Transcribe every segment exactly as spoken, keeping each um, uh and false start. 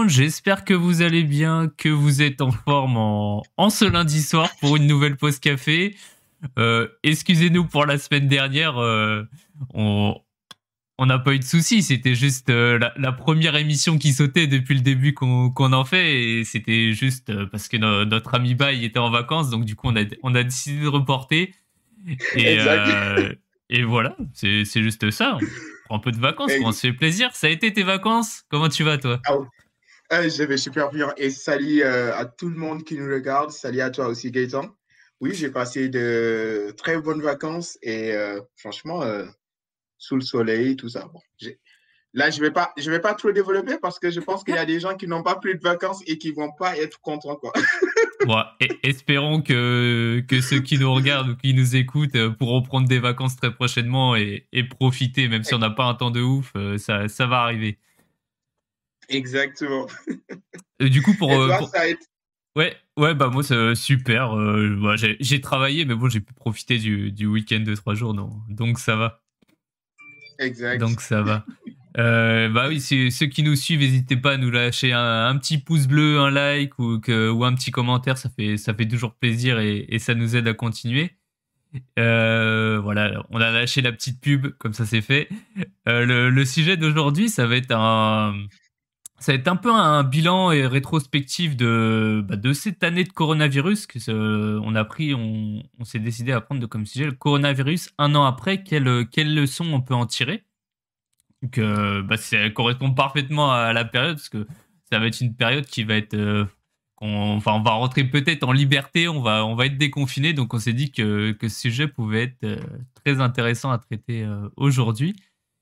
monde, j'espère que vous allez bien, que vous êtes en forme en, en ce lundi soir pour une nouvelle pause café. Euh, excusez-nous pour la semaine dernière, euh, on on n'a pas eu de soucis, c'était juste euh, la, la première émission qui sautait depuis le début qu'on qu'on en fait et c'était juste euh, parce que no- notre ami Baye était en vacances, donc du coup on a, on a décidé de reporter et, Exact. euh, et voilà, c'est c'est juste ça. On prend un peu de vacances, quoi, on Ex- se fait plaisir. Ça a été tes vacances? Comment tu vas toi? ah ouais. Euh, je vais super bien. Et salut euh, à tout le monde qui nous regarde. Salut à toi aussi, Gaëtan. Oui, j'ai passé de très bonnes vacances et euh, franchement, euh, sous le soleil, tout ça. Bon, j'ai- là, je vais pas, je vais pas trop développer parce que je pense qu'il y a des gens qui n'ont pas pris de vacances et qui vont pas être contents, quoi. Bon, et- espérons que, que ceux qui nous regardent ou qui nous écoutent euh, pourront prendre des vacances très prochainement et, et profiter, même si on n'a pas un temps de ouf, euh, ça, ça va arriver. Exactement. Euh, du coup, pour, Et euh, toi, pour... ça a été... Ouais, ouais, bah moi, c'est super. Euh, bah, j'ai j'ai travaillé, mais bon, j'ai pu profiter du, du week-end de trois jours, non. Donc ça va. Exact. Donc ça va. Euh, bah oui, si, ceux qui nous suivent, n'hésitez pas à nous lâcher un, un petit pouce bleu, un like ou, que, ou un petit commentaire, ça fait, ça fait toujours plaisir et, et ça nous aide à continuer. Euh, voilà, on a lâché la petite pub, comme ça c'est fait. Euh, le, le sujet d'aujourd'hui, ça va être un, ça va être un peu un bilan et rétrospective de, bah, de cette année de coronavirus que ce- on a pris, on, on s'est décidé à prendre de, comme sujet le coronavirus un an après. Quelles quelle leçons on peut en tirer? Donc, euh, bah, ça correspond parfaitement à la période parce que ça va être une période qui va être, euh, on, enfin, on va rentrer peut-être en liberté, on va, on va être déconfiné. Donc, on s'est dit que, que ce sujet pouvait être euh, très intéressant à traiter euh, aujourd'hui.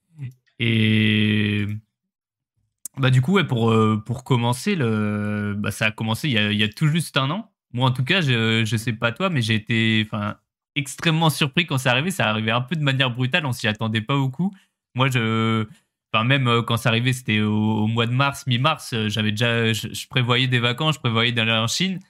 Et bah, du coup, ouais, pour, euh, pour commencer, le, bah, ça a commencé il y a, il y a tout juste un an. Moi, en tout cas, je, je sais pas toi, mais j'ai été, enfin, extrêmement surpris quand c'est arrivé. Ça arrivait un peu de manière brutale, on s'y attendait pas beaucoup. Moi, je, enfin, même euh, quand c'est arrivé, c'était au, au mois de mars, mi-mars, euh, j'avais déjà, je, je prévoyais des vacances, je prévoyais d'aller en Chine.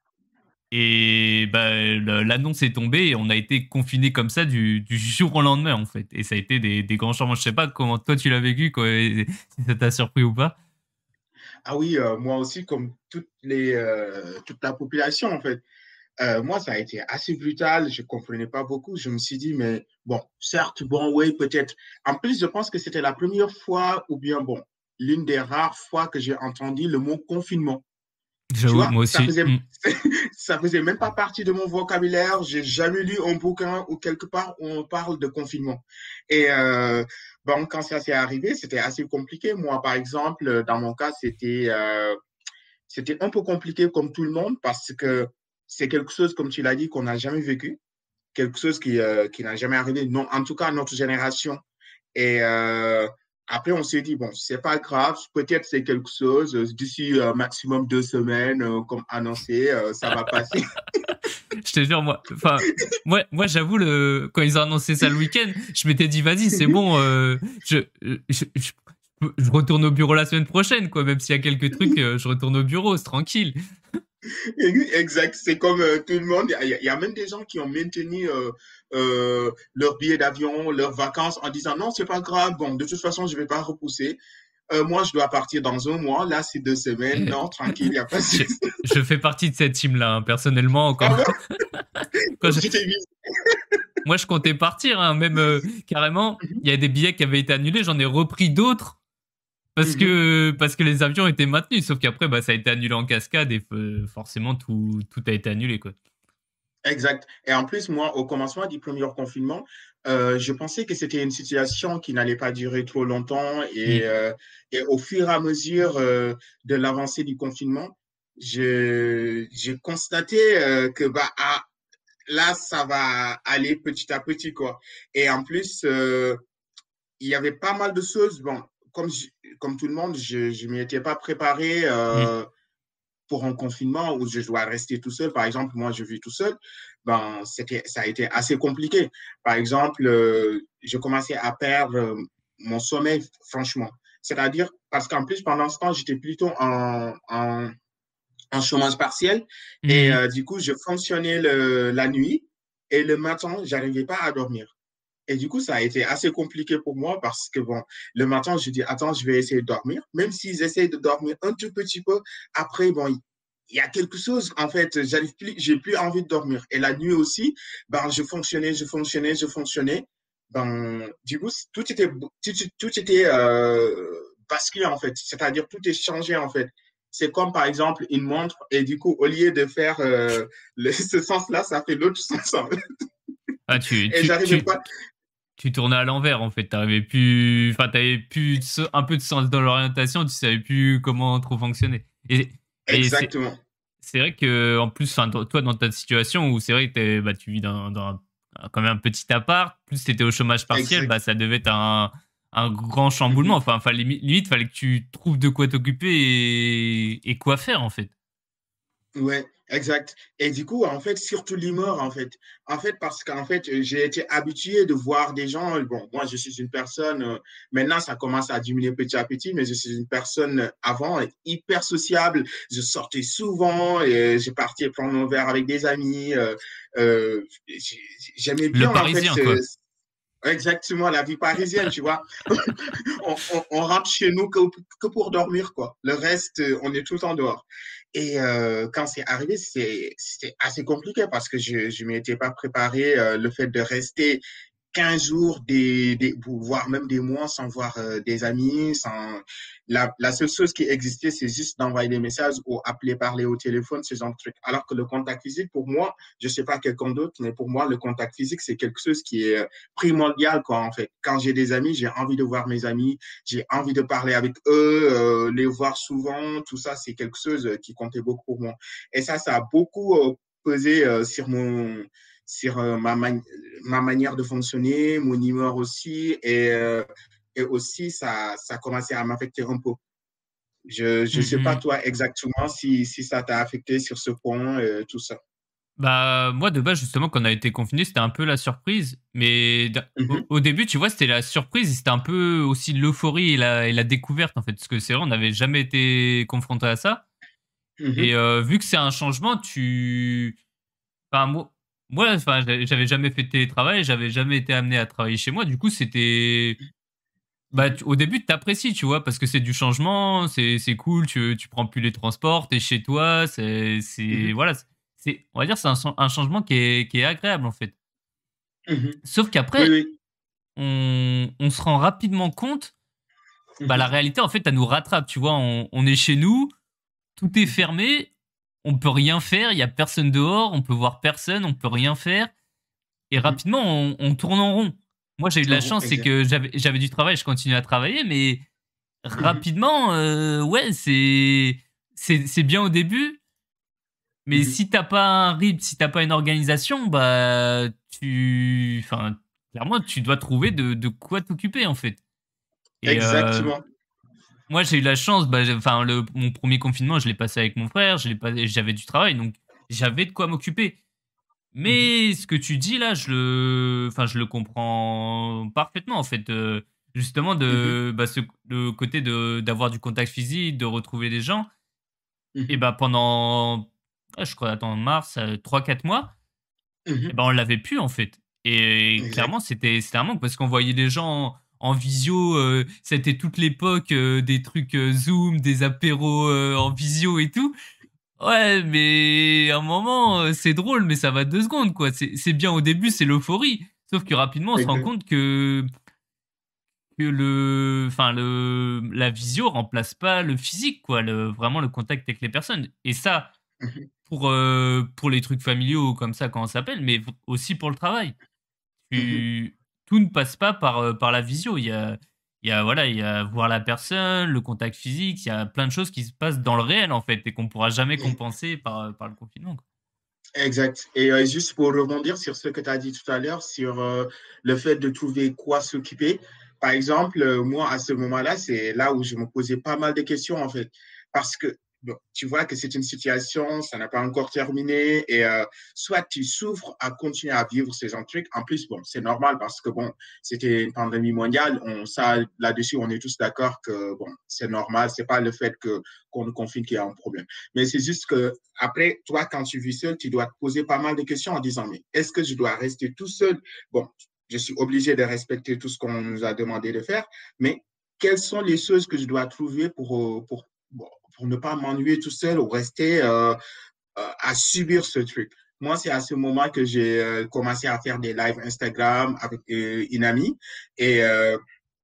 Et bah, le- l'annonce est tombée et on a été confinés comme ça du, du jour au lendemain, en fait. Et ça a été des, des grands changements. Je sais pas comment toi tu l'as vécu, quoi, et si ça t'a surpris ou pas. Ah oui, euh, moi aussi, comme toutes les, euh, toute la population, en fait. Euh, moi, ça a été assez brutal. Je ne comprenais pas beaucoup. Je me suis dit, mais bon, certes, bon, oui, peut-être. En plus, je pense que c'était la première fois, ou bien, bon, l'une des rares fois que j'ai entendu le mot confinement. Tu J'avoue, vois, moi ça aussi. faisait, Mm. ça faisait même pas partie de mon vocabulaire. J'ai jamais lu un bouquin ou quelque part où on parle de confinement. Et euh, bon, quand ça s'est arrivé, c'était assez compliqué. Moi, par exemple, dans mon cas, c'était euh, c'était un peu compliqué comme tout le monde parce que c'est quelque chose, comme tu l'as dit, qu'on n'a jamais vécu, quelque chose qui, euh, qui n'a jamais arrivé, non, en tout cas à notre génération. Et euh, après, on s'est dit, bon, c'est pas grave, peut-être c'est quelque chose, euh, d'ici euh, maximum deux semaines, euh, comme annoncé, euh, ça va passer. Je te jure, moi, enfin, moi, moi j'avoue, le, quand ils ont annoncé ça le week-end, je m'étais dit, vas-y, c'est bon, euh, je, je, je, je retourne au bureau la semaine prochaine, quoi. Même s'il y a quelques trucs, euh, je retourne au bureau, c'est tranquille. Exact, c'est comme euh, tout le monde. Il y, a, il y, a même des gens qui ont maintenu euh, euh, leur billet d'avion, leurs vacances en disant non, c'est pas grave, bon, de toute façon, je vais pas repousser. Euh, moi, je dois partir dans un mois, là, c'est deux semaines, non, tranquille, il n'y a pas de je, souci. je fais partie de cette team-là, hein, personnellement. Quand, Ah ouais? quand je, Tu t'es mis. moi, je comptais partir, hein, même euh, carrément, il y a des billets qui avaient été annulés, j'en ai repris d'autres. Parce Mhm. que, parce que les avions étaient maintenus, sauf qu'après, bah, ça a été annulé en cascade et euh, forcément, tout, tout a été annulé, quoi. Exact. Et en plus, moi, au commencement du premier confinement, euh, je pensais que c'était une situation qui n'allait pas durer trop longtemps. Et, Mm. euh, et au fur et à mesure euh, de l'avancée du confinement, je, j'ai constaté euh, que bah, ah, là, ça va aller petit à petit, quoi. Et en plus, euh, il y avait pas mal de choses. Bon, comme, je- comme tout le monde, je ne m'y étais pas préparé. Mm. Euh, pour un confinement où je dois rester tout seul, par exemple, moi je vis tout seul, ben, c'était, ça a été assez compliqué. Par exemple, euh, je commençais à perdre euh, mon sommeil, franchement. C'est-à-dire, parce qu'en plus, pendant ce temps, j'étais plutôt en, en, en chômage partiel et Mm. euh, du coup, je fonctionnais le, la nuit et le matin, j'arrivais pas à dormir. Et du coup, ça a été assez compliqué pour moi parce que, bon, le matin, je dis, attends, je vais essayer de dormir. Même s'ils essayent de dormir un tout petit peu, après, bon, il y a quelque chose, en fait, j'arrive plus, j'ai plus envie de dormir. Et la nuit aussi, ben, je fonctionnais, je fonctionnais, je fonctionnais. Ben, du coup, tout était, tout, tout était euh, basculé, en fait. C'est-à-dire, tout est changé, en fait. C'est comme, par exemple, une montre. Et du coup, au lieu de faire euh, le, ce sens-là, ça fait l'autre sens. Ah, tu, Et tu, j'arrivais tu, pas. tu tournais à l'envers, en fait. T'arrivais plus, enfin, t'avais plus de se- un peu de sens dans l'orientation, tu savais plus comment trop fonctionner. Et, et c'est, Exactement. c'est vrai que, en plus, enfin, toi, dans ta situation où c'est vrai que t'es- bah, tu vis dans, dans un, quand même un petit appart, plus t'étais au chômage partiel, Exact. bah, ça devait être un, un grand chamboulement. Mhm. Enfin, enfin, limite, limite, fallait que tu trouves de quoi t'occuper et, et quoi faire, en fait. Ouais, exact. Et du coup, en fait, surtout l'humeur, en fait. En fait, parce qu'en fait, euh, j'ai été habitué de voir des gens. Bon, moi, je suis une personne, euh, maintenant, ça commence à diminuer petit à petit, mais je suis une personne euh, avant hyper sociable. Je sortais souvent et j'ai parti prendre un verre avec des amis. euh, euh, j'ai- J'aimais Le bien, en fait, Parisien, ce- quoi. exactement la vie parisienne, tu vois. on, on, on rentre chez nous que, que pour dormir, quoi. Le reste, euh, on est tout le temps dehors. Et euh, quand c'est arrivé, c'était assez compliqué parce que je ne m'étais pas préparé. Euh, le fait de rester quinze jours, des, des, voire même des mois sans voir euh, des amis. Sans... La, la seule chose qui existait, c'est juste d'envoyer des messages ou appeler, parler au téléphone, ce genre de trucs. Alors que le contact physique, pour moi, je ne sais pas quelqu'un d'autre, mais pour moi, le contact physique, c'est quelque chose qui est primordial, quoi, en fait. Quand j'ai des amis, j'ai envie de voir mes amis, j'ai envie de parler avec eux, euh, les voir souvent, tout ça, c'est quelque chose qui comptait beaucoup pour moi. Et ça, ça a beaucoup euh, pesé euh, sur mon sur euh, ma, man ma manière de fonctionner, mon humeur aussi, et, euh, et aussi ça, ça a commencé à m'affecter un peu. Je ne sais pas Mm, mm. toi exactement si, si ça t'a affecté sur ce point, euh, tout ça. Bah, moi, de base, justement, quand on a été confiné, c'était un peu la surprise. Mais d- Mm au, -hmm. au début, tu vois, c'était la surprise et c'était un peu aussi l'euphorie et la, et la découverte, en fait. Parce que c'est vrai, on n'avait jamais été confronté à ça. Mm Et -hmm. euh, vu que c'est un changement, tu. Enfin, moi, moi enfin, j'avais j'avais jamais fait de télétravail, j'avais jamais été amené à travailler chez moi. Du coup, c'était. Mm Bah, -hmm. tu- au début, tu t'apprécies, tu vois, parce que c'est du changement, c'est c'est cool, tu, tu prends plus les transports, t'es chez toi, c'est. Mm c'est- -hmm. Voilà. C'est, on va dire, c'est un, un changement qui est, qui est agréable, en fait. Mm -hmm. Sauf Oui, qu'après, oui. on, on se rend rapidement compte, Mm bah, la -hmm. réalité, en fait, elle nous rattrape, tu vois. On, on est chez nous, tout est Mm -hmm. fermé, on peut rien faire, il y a personne dehors, on peut voir personne, on peut rien faire. Et Mm -hmm. rapidement, on, on tourne en rond. Moi, j'ai eu de la Oh, chance, c'est exact. que j'avais j'avais du travail, je continue à travailler, mais Mm -hmm. rapidement, euh, ouais, c'est c'est c'est bien au début, Mm mais -hmm. si t'as pas un rythme, si t'as pas une organisation, bah tu, enfin, clairement, tu dois trouver de, de quoi t'occuper en fait. Et euh, Exactement. moi, j'ai eu la chance, bah, j'ai- enfin, le mon premier confinement, je l'ai passé avec mon frère, je l'ai pas, j'avais du travail, donc j'avais de quoi m'occuper. Mm -hmm. Mais ce que tu dis là, je le, enfin, je le comprends parfaitement en fait. Euh, justement, Mm -hmm. de, bah, ce, le côté de d'avoir du contact physique, de retrouver des gens. Mm Et -hmm. bah pendant, ah, je crois, attends, mars, euh, trois quatre mois, Mm et -hmm. ben on l'avait plus en fait. Et Exact. clairement, c'était c'était un manque parce qu'on voyait les gens en, en visio. Euh, c'était toute l'époque euh, des trucs euh, Zoom, des apéros euh, en visio et tout. Ouais, mais à un moment, euh, c'est drôle, mais ça va deux secondes, quoi. C'est c'est bien au début, c'est l'euphorie. Sauf que rapidement, on se rend Exact. compte que, que le, enfin, le, la visio remplace pas le physique, quoi. Le, vraiment le contact avec les personnes. Et ça, Mm -hmm. pour, euh, pour les trucs familiaux, comme ça, quand on s'appelle, mais aussi pour le travail. Mm -hmm. Tu, tout ne passe pas par, euh, par la visio. Il y a, il y a, voilà, il y a voir la personne, le contact physique, il y a plein de choses qui se passent dans le réel, en fait, et qu'on pourra jamais compenser par, par le confinement, quoi. Exact. Et euh, juste pour rebondir sur ce que tu as dit tout à l'heure, sur euh, le fait de trouver quoi s'occuper, par exemple, euh, moi, à ce moment-là, c'est là où je me posais pas mal de questions, en fait. Parce que bon, tu vois que c'est une situation, ça n'a pas encore terminé, et euh, soit tu souffres à continuer à vivre ces trucs. En plus, bon, c'est normal parce que bon, c'était une pandémie mondiale. On, ça, là-dessus, on est tous d'accord que bon, c'est normal. C'est pas le fait que qu'on nous confine qu'il y a un problème. Mais c'est juste que après, toi, quand tu vis seul, tu dois te poser pas mal de questions en disant, mais est-ce que je dois rester tout seul? Bon, je suis obligé de respecter tout ce qu'on nous a demandé de faire, mais quelles sont les choses que je dois trouver pour, pour, pour ne pas m'ennuyer tout seul ou rester euh, à subir ce truc. Moi, c'est à ce moment que j'ai euh, commencé à faire des lives Instagram avec euh, une amie et euh,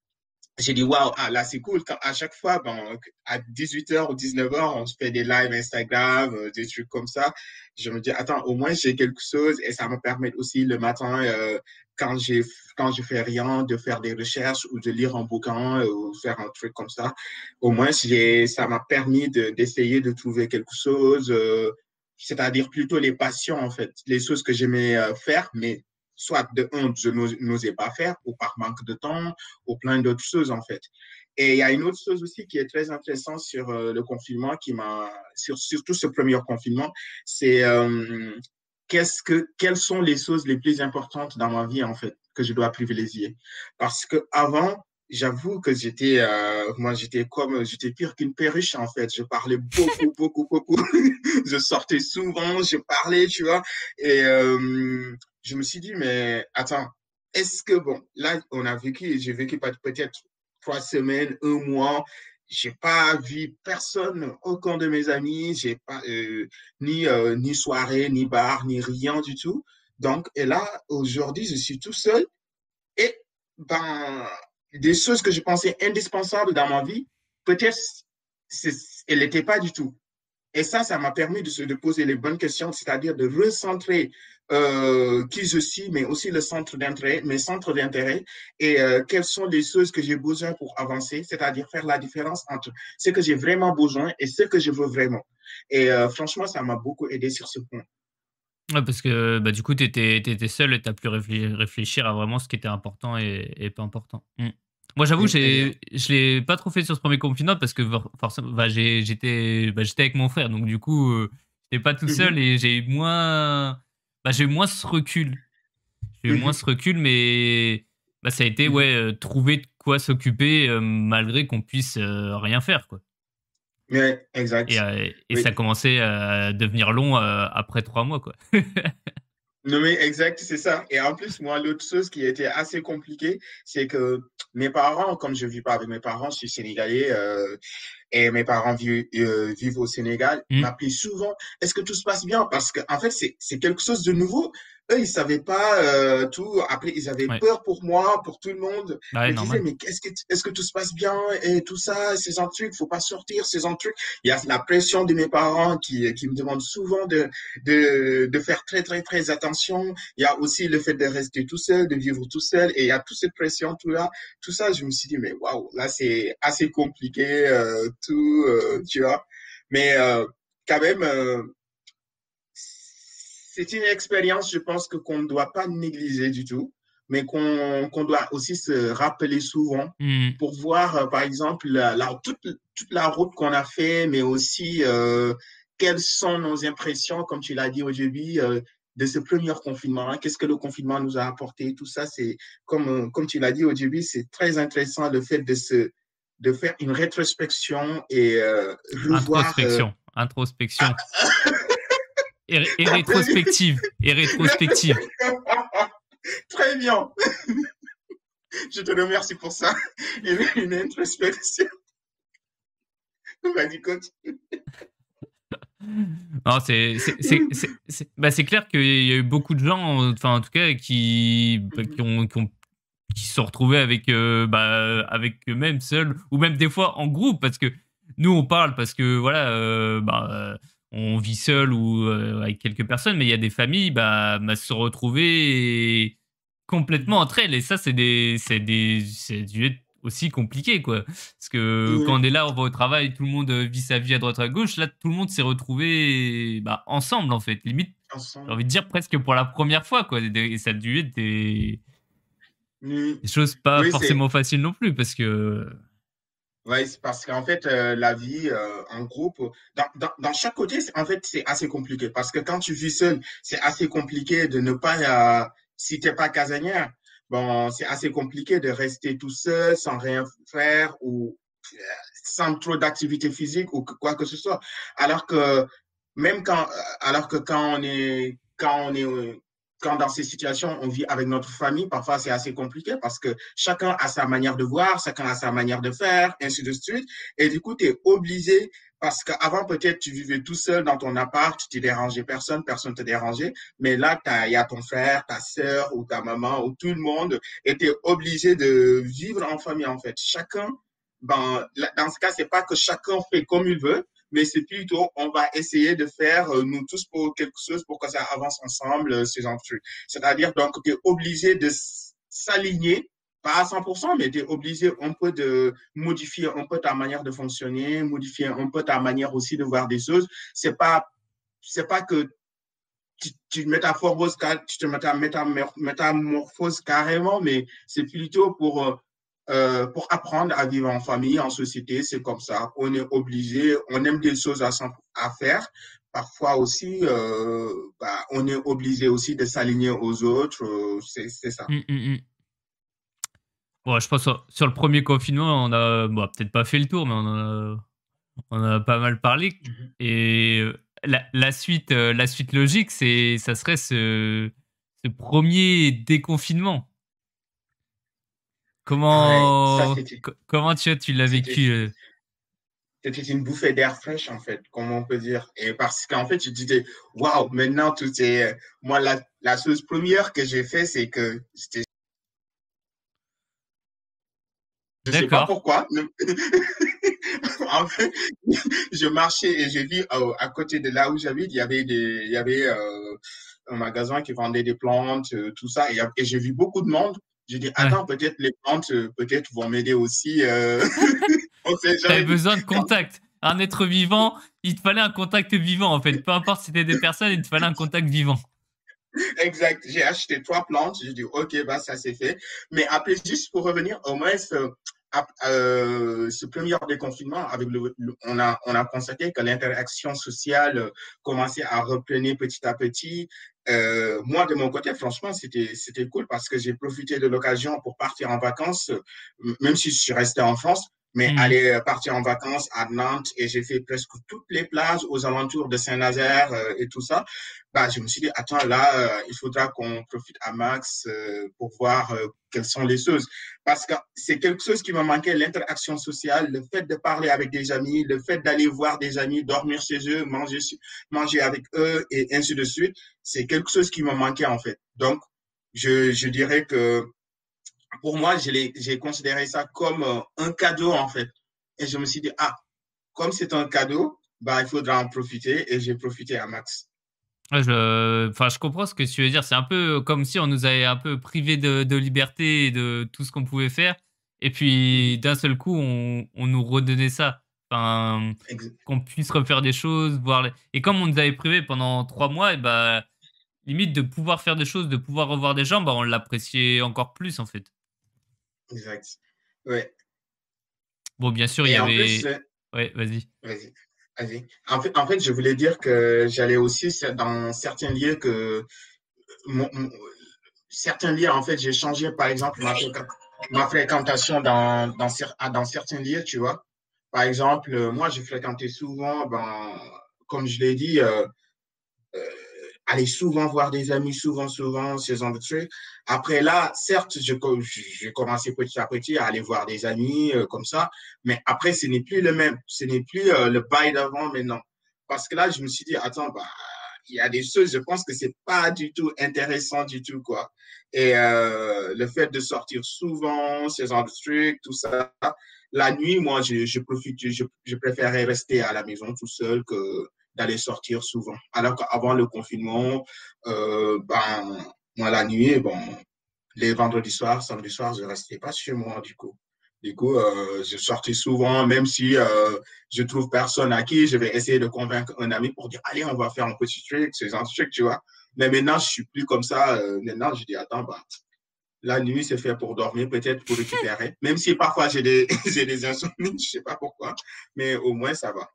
j'ai dit, waouh, ah, là, c'est cool. Quand, à chaque fois, bon, à dix-huit heures ou dix-neuf heures, on se fait des lives Instagram, euh, des trucs comme ça. Je me dis, attends, au moins, j'ai quelque chose et ça me permet aussi le matin, euh, quand j'ai, quand je fais rien, de faire des recherches ou de lire un bouquin euh, ou faire un truc comme ça. Au moins, j'ai, ça m'a permis de, d'essayer de trouver quelque chose, euh, c'est-à-dire plutôt les passions, en fait, les choses que j'aimais euh, faire, mais soit de un, je n'osais pas faire ou par manque de temps ou plein d'autres choses, en fait. Et il y a une autre chose aussi qui est très intéressante sur euh, le confinement, qui m'a, sur, surtout ce premier confinement, c'est euh, qu'est-ce que, quelles sont les choses les plus importantes dans ma vie, en fait, que je dois privilégier. Parce que avant, j'avoue que j'étais, euh, moi, j'étais comme, j'étais pire qu'une perruche, en fait. Je parlais beaucoup, beaucoup, beaucoup. Je sortais souvent, je parlais, tu vois. Et euh, je me suis dit, mais attends, est-ce que, bon, là, on a vécu, j'ai vécu peut-être trois semaines, un mois, j'ai pas vu personne, aucun de mes amis, j'ai pas, euh, ni, euh, ni soirée, ni bar, ni rien du tout. Donc, et là, aujourd'hui, je suis tout seul et, ben, des choses que je pensais indispensables dans ma vie, peut-être, elles n'étaient pas du tout. Et ça, ça m'a permis de se de poser les bonnes questions, c'est-à-dire de recentrer euh, qui je suis, mais aussi le centre d'intérêt, mes centres d'intérêt et euh, quelles sont les choses que j'ai besoin pour avancer, c'est-à-dire faire la différence entre ce que j'ai vraiment besoin et ce que je veux vraiment. Et euh, franchement, ça m'a beaucoup aidé sur ce point. Ouais, parce que, bah, du coup, tu étais tu étais seul et tu as pu réflé réfléchir à vraiment ce qui était important et et pas important. Mmh. Moi, j'avoue, j'ai je l'ai pas trop fait sur ce premier confinement parce que vor forcément, bah, j'ai j'étais bah, j'étais avec mon frère, donc du coup, heu, j'étais pas tout seul Mhm, et j'ai eu moins bah, j'ai eu moins ce recul. J'ai eu moins mhm, ce recul, mais bah, ça a été, mhm. ouais, heu, trouver de quoi s'occuper, heu, malgré qu'on puisse, heu, rien faire, quoi. Oui, Et exact. heu et Oui. ça commençait à devenir long, heu, après trois mois, quoi. Non, mais exact, c'est ça. Et en plus, moi, l'autre chose qui était assez compliquée, c'est que mes parents, comme je ne vis pas avec mes parents, je suis sénégalais, euh, et mes parents vivent, euh, vivent au Sénégal, Mmh. m'appelaient souvent, est-ce que tout se passe bien? Parce que, en fait, c'est, c'est quelque chose de nouveau. Eux, ils savaient pas euh, tout. Après, ils avaient Ouais. peur pour moi, pour tout le monde. Bah, ouais, Ils me disaient, normal. mais qu'est-ce que, est-ce que tout se passe bien? Et tout ça, ces un truc, faut pas sortir, ces un truc. Il y a la pression de mes parents qui, qui me demandent souvent de, de, de faire très, très, très attention. Il y a aussi le fait de rester tout seul, de vivre tout seul. Et il y a toute cette pression, tout là. Tout ça, je me suis dit, mais waouh, là, c'est assez compliqué, euh, tout, euh, tu vois. Mais euh, quand même, euh, c'est une expérience, je pense, que qu'on ne doit pas négliger du tout, mais qu'on qu'on doit aussi se rappeler souvent Mmh. pour voir, euh, par exemple, la, la- toute, toute la route qu'on a fait, mais aussi euh, quelles sont nos impressions, comme tu l'as dit au début, euh, de ce premier confinement. Hein. Qu'est-ce que le confinement nous a apporté? Tout ça, c'est, comme, euh, comme tu l'as dit au début, c'est très intéressant le fait de, se, de faire une rétrospection et euh, revoir. Euh, Introspection, introspection ah, et ré et ah, très bien, rétrospective et rétrospective. très bien. Je te remercie pour ça. Une, une introspection. Vas-y, continue. Non, c'est c'est c'est c'est c'est bah, c'est clair qu'il y a eu beaucoup de gens, enfin, en tout cas, qui bah, qui ont qui ont qui se sont retrouvés avec, heu, bah, avec eux-mêmes seuls ou même des fois en groupe parce que nous, on parle parce que voilà, heu, bah, heu, on vit seul ou, heu, avec quelques personnes, mais il y a des familles, bah bah, se retrouver complètement entre elles et ça, c'est des c'est des c'est dû être aussi compliqué, quoi. Parce que quand Oui, on est là, on va au travail, tout le monde, heu, vit sa vie à droite à gauche. Là, tout le monde s'est retrouvé, bah, ensemble, en fait. Limite, j'ai ensemble. envie de dire presque pour la première fois, quoi. Des et ça a dû être des Oui, des choses pas oui c'est forcément faciles non plus parce que ouais, c'est parce qu'en fait, euh, la vie euh, en groupe, dans, dans, dans chaque côté, c'est- en fait, c'est assez compliqué. Parce que quand tu vis seul, c'est assez compliqué de ne pas, euh, si t'es pas casanière, bon, c'est assez compliqué de rester tout seul, sans rien faire ou euh, sans trop d'activité physique ou que- quoi que ce soit. Alors que même quand, euh, alors que quand on est, quand on est, euh, quand dans ces situations, on vit avec notre famille, parfois c'est assez compliqué parce que chacun a sa manière de voir, chacun a sa manière de faire, ainsi de suite. Et du coup, tu es obligé, parce qu'avant, peut-être, tu vivais tout seul dans ton appart, tu dérangeais personne, personne te dérangeait. Mais là, il y a ton frère, ta sœur ou ta maman ou tout le monde, et tu es obligé de vivre en famille, en fait. Chacun, ben, dans ce cas, c'est pas que chacun fait comme il veut, mais c'est plutôt, on va essayer de faire, euh, nous tous, pour quelque chose pour que ça avance ensemble, euh, ces genre de trucs. C'est-à-dire, donc, tu es obligé de s'aligner, pas à cent pour cent, mais tu es obligé un peu de modifier un peu ta manière de fonctionner, modifier un peu ta manière aussi de voir des choses. C'est pas, c'est pas que tu, tu métamorphoses, tu te métamorphoses carrément, mais c'est plutôt pour, euh, euh, pour apprendre à vivre en famille, en société, c'est comme ça. On est obligé, on aime des choses à, à faire. Parfois aussi, euh, bah, on est obligé aussi de s'aligner aux autres. Euh, c'est ça. Mmh, mmh, mmh. Bon, je pense sur sur le premier confinement, on a bon, peut-être pas fait le tour, mais on en a on en a pas mal parlé Mhm. et heu, la la suite, heu, la suite logique, c'est ça serait ce ce premier déconfinement. Ouais, ça Comment c'était, co comment tu tu l'as c'était, vécu, heu? c'était une bouffée d'air fraîche, en fait, comme on peut dire. Et parce qu'en fait, je disais, waouh, maintenant tout est. Moi, la, la chose première que j'ai fait, c'est que j'étais. Je sais pas D'accord. pourquoi. En fait, je marchais et j'ai vu euh, à côté de là où j'habite, il y avait des, il y avait euh, un magasin qui vendait des plantes, euh, tout ça, et, et j'ai vu beaucoup de monde. J'ai dit, Ouais. attends, peut-être les plantes, euh, peut-être vont m'aider aussi. Euh... On sait Tu avais jamais. besoin de contact. Un être vivant, il te fallait un contact vivant, en fait. Peu importe si c'était des personnes, il te fallait un contact vivant. Exact. J'ai acheté trois plantes. J'ai dit, OK, bah, ça c'est fait. Mais après, juste pour revenir, au moins, ce, euh, ce premier déconfinement, avec le, le, on, a, on a constaté que l'interaction sociale commençait à reprendre petit à petit. Euh, moi, de mon côté, franchement, c'était, c'était cool parce que j'ai profité de l'occasion pour partir en vacances, même si je suis resté en France, mais Mmh. aller partir en vacances à Nantes et j'ai fait presque toutes les plages aux alentours de Saint-Nazaire euh, et tout ça. Bah, je me suis dit, attends, là, euh, il faudra qu'on profite à max euh, pour voir euh, quelles sont les choses. Parce que c'est quelque chose qui m'a manqué, l'interaction sociale, le fait de parler avec des amis, le fait d'aller voir des amis, dormir chez eux, manger, manger avec eux et ainsi de suite. C'est quelque chose qui m'a manqué en fait. Donc, je, je dirais que pour moi, j'ai considéré ça comme euh, un cadeau en fait. Et je me suis dit, ah, comme c'est un cadeau, bah, il faudra en profiter et j'ai profité à max. Ouais, je enfin, je comprends ce que tu veux dire. C'est un peu comme si on nous avait un peu privés de de liberté et de tout ce qu'on pouvait faire et puis Mhm. d'un seul coup, on on nous redonnait ça. Enfin, qu'on puisse refaire des choses, voir les et comme on nous avait privés pendant trois mois et bah, limite de pouvoir faire des choses, de pouvoir revoir des gens, bah, on l'appréciait encore plus, en fait. Exact. Ouais. Bon, bien sûr, il y Et en plus, avait euh, ouais, vas-y. vas-y, vas-y. En fait, en fait, je voulais dire que j'allais aussi dans certains lieux que mon- mon- certains lieux, en fait, j'ai changé, par exemple, ma, ma fréquentation dans, dans, dans certains lieux, tu vois. Par exemple, euh, moi, je fréquentais souvent, ben, comme je l'ai dit, euh, euh, aller souvent voir des amis, souvent, souvent, ce genre de trucs. Après là, certes, je, j'ai commencé petit à petit à aller voir des amis euh, comme ça, mais après, ce n'est plus le même. Ce n'est plus euh, le bail d'avant maintenant. Parce que là, je me suis dit, attends, bah, il y a des choses, je pense que c'est pas du tout intéressant du tout, quoi. Et euh, le fait de sortir souvent, ce genre de trucs, tout ça, la nuit, moi, je, je profite, je, je préférais rester à la maison tout seul que d'aller sortir souvent. Alors qu'avant le confinement, euh, ben, moi, la nuit, bon, les vendredis soirs, samedi soir, je ne restais pas chez moi, du coup. Du coup, euh, je sortais souvent, même si euh, je trouve personne à qui je vais essayer de convaincre un ami pour dire, allez, on va faire un petit truc, ce genre de truc, tu vois. Mais maintenant, je suis plus comme ça. Euh, maintenant, je dis, attends, bah, la nuit, c'est fait pour dormir, peut-être pour récupérer. Même si parfois j'ai des, j'ai des insomnies, je sais pas pourquoi, mais au moins, ça va.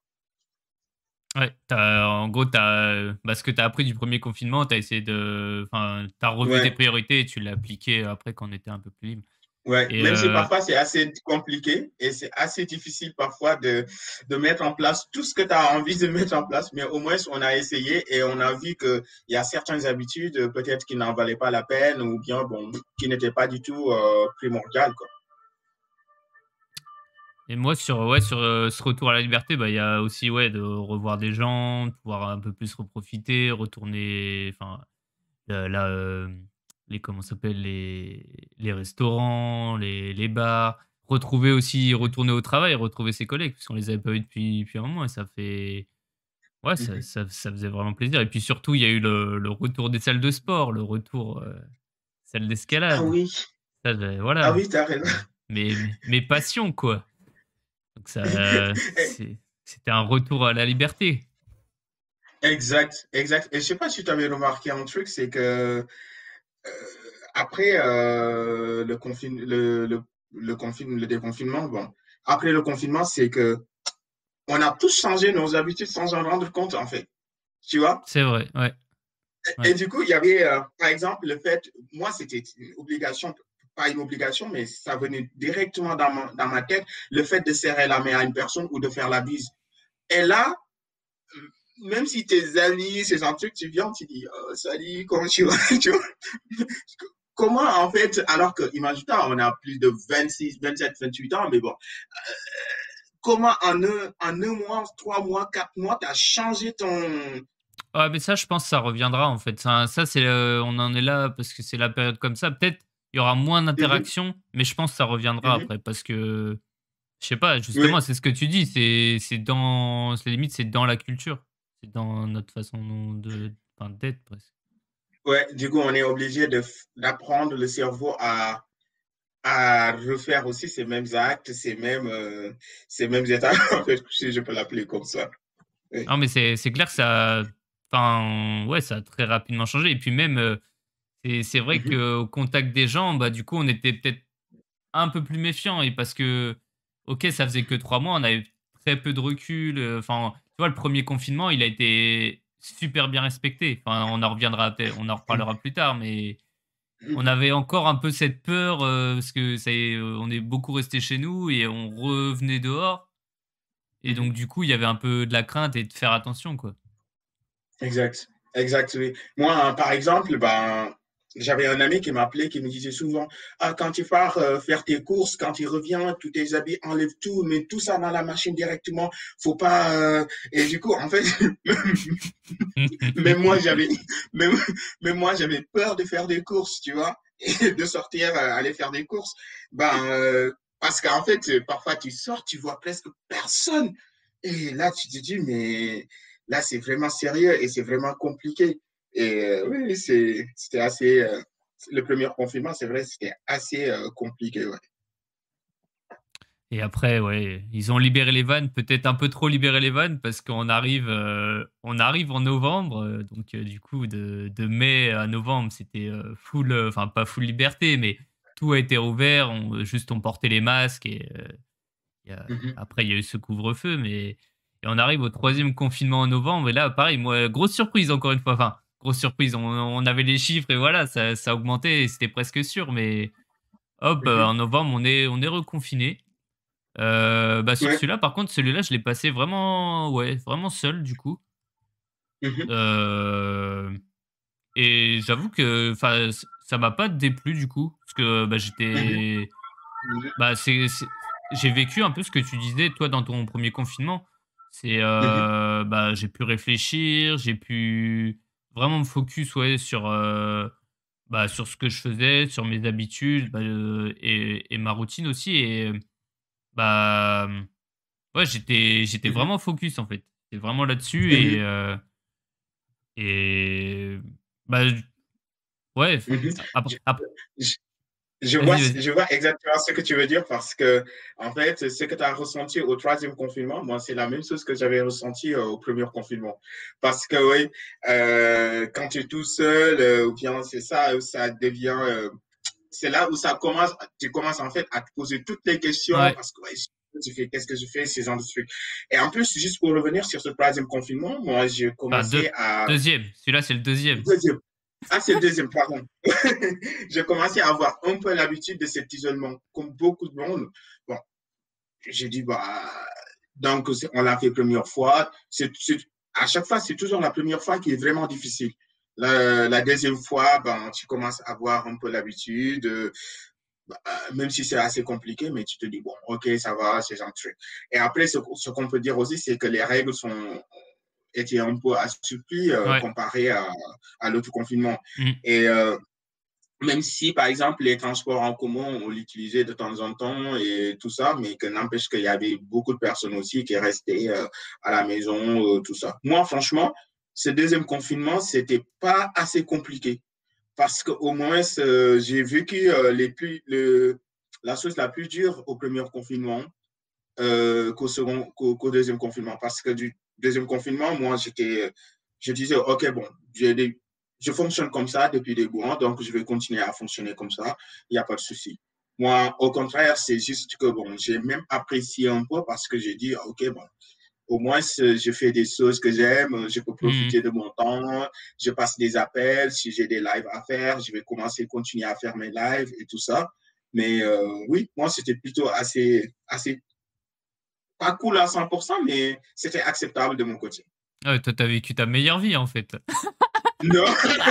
Ouais, tu en gros, tu as, bah, ce que tu as appris du premier confinement, tu as essayé de enfin, tu as revu tes Ouais, priorités et tu l'as appliqué après quand on était un peu plus libre. Ouais, Et même si euh, parfois c'est assez compliqué et c'est assez difficile parfois de, de mettre en place tout ce que tu as envie de mettre en place, mais au moins on a essayé et on a vu qu'il y a certaines habitudes euh, peut-être qui n'en valaient pas la peine ou bien bon, qui n'étaient pas du tout euh, primordiales, quoi. Et moi, sur, ouais, sur euh, ce retour à la liberté, bah, il y a aussi ouais, de revoir des gens, de pouvoir un peu plus reprofiter, retourner, enfin, euh, là, euh, les, comment ça s'appelle, les, les restaurants, les, les bars, retrouver aussi, retourner au travail, retrouver ses collègues, parce qu'on les avait pas vus depuis, depuis un moment, et ça fait, ouais, ça, Mhm. ça, ça faisait vraiment plaisir. Et puis surtout, il y a eu le, le retour des salles de sport, le retour, euh, salle Ah d'escalade. oui, Ça, je- ah voilà, oui, t'as raison. euh, mes, mes, mes passions, quoi. Donc ça, c'est c'était un retour à la liberté. Exact, exact. Et je sais pas si tu avais remarqué un truc, c'est que euh, après euh, le confin le, le, le, confin le déconfinement, bon, après le confinement, c'est que on a tous changé nos habitudes sans en rendre compte, en fait. Tu vois? C'est vrai, ouais, Et ouais. du coup, il y avait, euh, par exemple, le fait, moi, c'était une obligation, pas une obligation, mais ça venait directement dans ma, dans ma tête, le fait de serrer la main à une personne ou de faire la bise. Et là, même si tes amis, c'est un truc, tu viens, tu dis, oh, salut, comment tu vas? Tu vois? Comment, en fait, alors que, imagine-toi, on a plus de vingt-six, vingt-sept, vingt-huit ans, mais bon, comment en un, en un mois, trois mois, quatre mois, tu as changé ton. Ouais, mais ça, je pense que ça reviendra, en fait. Ça, ça c'est, heu, on en est là parce que c'est la période comme ça. Peut-être, il y aura moins Mhm, d'interactions, mais je pense que ça reviendra mhm. après parce que, je sais pas, justement, Oui, c'est ce que tu dis, c'est c'est dans c'est limite, c'est dans la culture. C'est dans notre façon de enfin, d'être presque. ouais, du coup, on est obligé de, d'apprendre le cerveau à, à refaire aussi ces mêmes actes, ces mêmes, euh, ces mêmes états, en fait, si je peux l'appeler comme ça. Oui. Non, mais c'est c'est clair que ça enfin, ouais, ça a très rapidement changé et puis même, heu, c'est c'est vrai Mhm, qu'au contact des gens, bah, du coup, on était peut-être un peu plus méfiant et parce que, OK, ça faisait que trois mois, on avait très peu de recul, heu, enfin, tu vois, le premier confinement, il a été super bien respecté. Enfin, on en reviendra peut on en reparlera plus tard, mais on mhm, avait encore un peu cette peur, heu, parce que ça est, heu, on est beaucoup resté chez nous et on revenait dehors et mhm. donc du coup, il y avait un peu de la crainte et de faire attention, quoi. Exact, exact, oui. Moi, hein, par exemple, ben, j'avais un ami qui m'appelait, qui me disait souvent, ah, quand tu pars euh, faire tes courses, quand tu reviens, tous tes habits, enlève tout, mets tout ça dans la machine directement, faut pas. euh, Et du coup, en fait, même moi, j'avais, même, même moi, j'avais peur de faire des courses, tu vois, et de sortir, euh, aller faire des courses. Ben, euh, parce qu'en fait, euh, parfois, tu sors, tu vois presque personne. Et là, tu te dis, mais là, c'est vraiment sérieux et c'est vraiment compliqué. Et euh, oui, c'est, c'était assez, euh, le premier confinement, c'est vrai, c'était assez euh, compliqué, ouais. Et après, ouais, ils ont libéré les vannes, peut-être un peu trop libéré les vannes parce qu'on arrive, heu, on arrive en novembre, heu, donc heu, du coup de de mai à novembre, c'était, heu, full, heu, enfin pas full liberté, mais tout a été rouvert, on juste on portait les masques et heu, il y a Mhm, après il y a eu ce couvre-feu, mais et on arrive au troisième confinement en novembre et là pareil, moi, grosse surprise encore une fois, enfin grosse surprise, on on avait les chiffres et voilà, ça ça augmentait et c'était presque sûr, mais hop, heu, mhm. en novembre, on est on est reconfinés. Heu, bah, sur Ouais, celui-là, par contre, celui-là, je l'ai passé vraiment ouais, vraiment seul, du coup. mhm, Hem et j'avoue que enfin, ç ça m'a pas déplu, du coup, parce que, bah, mhm, j'étais bah, c'est c'est j'ai vécu un peu ce que tu disais, toi, dans ton premier confinement. C'est, mhm, heu, bah, j'ai pu réfléchir, j'ai pu vraiment me focus, ouais, sur, heu, bah, sur ce que je faisais, sur mes habitudes, bah, heu et et ma routine aussi et bah, mmh ouais, j'étais j'étais mhm, vraiment focus, en fait. J'étais vraiment là-dessus et mhm, heu et bah, j ouais, enfin, mhm. ap ap Je, Je vois, vas-y, vas-y. je vois exactement ce que tu veux dire parce que, en fait, ce que tu as ressenti au troisième confinement, moi, c'est la même chose que j'avais ressenti euh, au premier confinement. Parce que, oui, euh, quand tu es tout seul, euh, ou bien c'est ça, ça devient, euh, c'est là où ça commence, tu commences en fait à te poser toutes les questions Ouais, parce que, ouais, je fais, qu'est-ce que je fais, ces genre de trucs. Et en plus, juste pour revenir sur ce troisième confinement, moi, j'ai enfin commencé deux à, deuxième. Celui-là, c'est le deuxième. deuxième. Ah, c'est le deuxième, pardon. J'ai commencé à avoir un peu l'habitude de cet isolement, comme beaucoup de monde. Bon, j'ai dit, bah, donc, on l'a fait première fois. C'est, c'est, à chaque fois, c'est toujours la première fois qui est vraiment difficile. La, la deuxième fois, ben, tu commences à avoir un peu l'habitude, euh, bah, même si c'est assez compliqué, mais tu te dis, bon, ok, ça va, c'est un truc. Et après, ce, ce qu'on peut dire aussi, c'est que les règles sont, étaient un peu assouplies euh, Ouais. comparées à, à l'autre confinement. Mm. Et euh, même si, par exemple, les transports en commun, on l'utilisait de temps en temps et tout ça, mais que n'empêche qu'il y avait beaucoup de personnes aussi qui restaient euh, à la maison, euh, tout ça. Moi, franchement, ce deuxième confinement, c'était pas assez compliqué parce qu'au moins, euh, j'ai vécu euh, les plus, le, la chose la plus dure au premier confinement euh, qu'au second, qu'au, qu'au deuxième confinement. Parce que du deuxième confinement, moi, j'étais, je disais, OK, bon, j'ai des, je fonctionne comme ça depuis des mois, donc je vais continuer à fonctionner comme ça. Il n'y a pas de souci. Moi, au contraire, c'est juste que, bon, j'ai même apprécié un peu parce que j'ai dit, OK, bon, au moins, je fais des choses que j'aime, je peux Mm. profiter de mon temps, je passe des appels, si j'ai des lives à faire, je vais commencer, continuer à faire mes lives et tout ça. Mais euh, oui, moi, c'était plutôt assez, assez pas cool à cent pour cent, mais c'était acceptable de mon côté. Ah ouais, toi, t'as vécu ta meilleure vie, en fait. Non,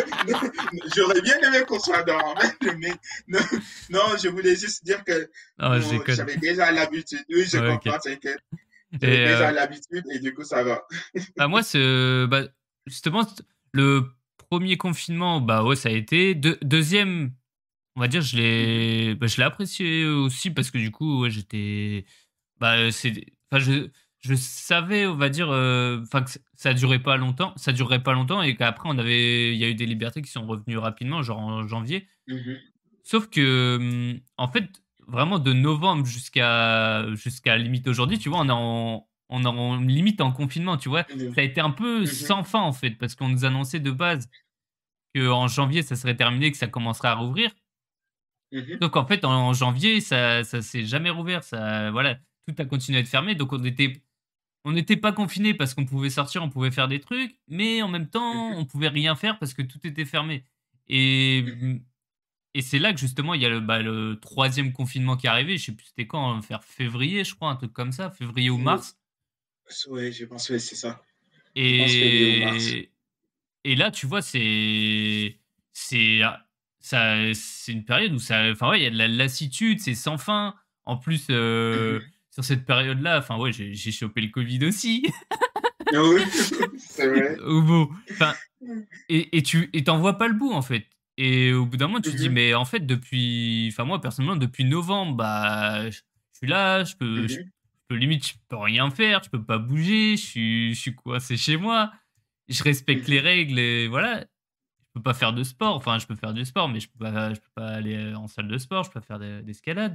j'aurais bien aimé qu'on soit dans, mais non, non, je voulais juste dire que Non, je bon, déconne. j'avais déjà l'habitude. Oui, je Ouais, ok. comprends, t'inquiète. J'avais Et déjà euh, l'habitude et du coup, ça va. bah, moi, c'est, bah, justement, le premier confinement, bah ouais, ça a été. De- deuxième, on va dire, je Mhm, l'ai, bah, je l'ai apprécié aussi parce que du coup, ouais, j'étais, bah, c'est, enfin, je, je savais, on va dire, euh, enfin, que ça durait pas longtemps, ça durerait pas longtemps et qu'après, on avait, il y a eu des libertés qui sont revenues rapidement, genre en janvier. mhm, Sauf que, mmh, en fait, vraiment de novembre jusqu'à jusqu'à limite aujourd'hui, tu vois, on est en on est en limite en confinement, tu vois? mhm, Ça a été un peu mhm, sans fin, en fait, parce qu'on nous annonçait de base qu'en janvier, ça serait terminé, que ça commencerait à rouvrir. mhm, Donc en fait, en janvier, ça ça s'est jamais rouvert, ça voilà, tout a continué à être fermé, donc on était on n'était pas confinés parce qu'on pouvait sortir, on pouvait faire des trucs, mais en même temps, mhm, on pouvait rien faire parce que tout était fermé et mhm. mmh et c'est là que justement il y a le, bah, le troisième confinement qui est arrivé, je sais plus c'était quand, hein, vers février je crois, un truc comme ça, février ou Oh, mars ouais, je pense que c'est ça. Je pense février ou mars. et et là tu vois c'est c'est ah, ça c'est une période où ça enfin ouais, il y a de la lassitude, c'est sans fin. En plus, heu, Mhm. sur cette période-là, enfin ouais, j'ai j'ai chopé le covid aussi. Oui, c'est vrai. Ou bon, enfin et et tu et tu vois pas le bout, en fait et au bout d'un moment, tu te dis: Mhm, «Mais en fait, depuis» enfin, moi, personnellement, depuis novembre, bah, je je suis là, je peux je mhm, peux limite, je peux rien faire, je peux pas bouger, je suis je suis coincé chez moi. Je respecte les mhm, règles et voilà. Je peux pas faire de sport, enfin, je peux faire du sport, mais je peux pas je peux pas aller, en salle de sport, je peux pas faire de d'escalade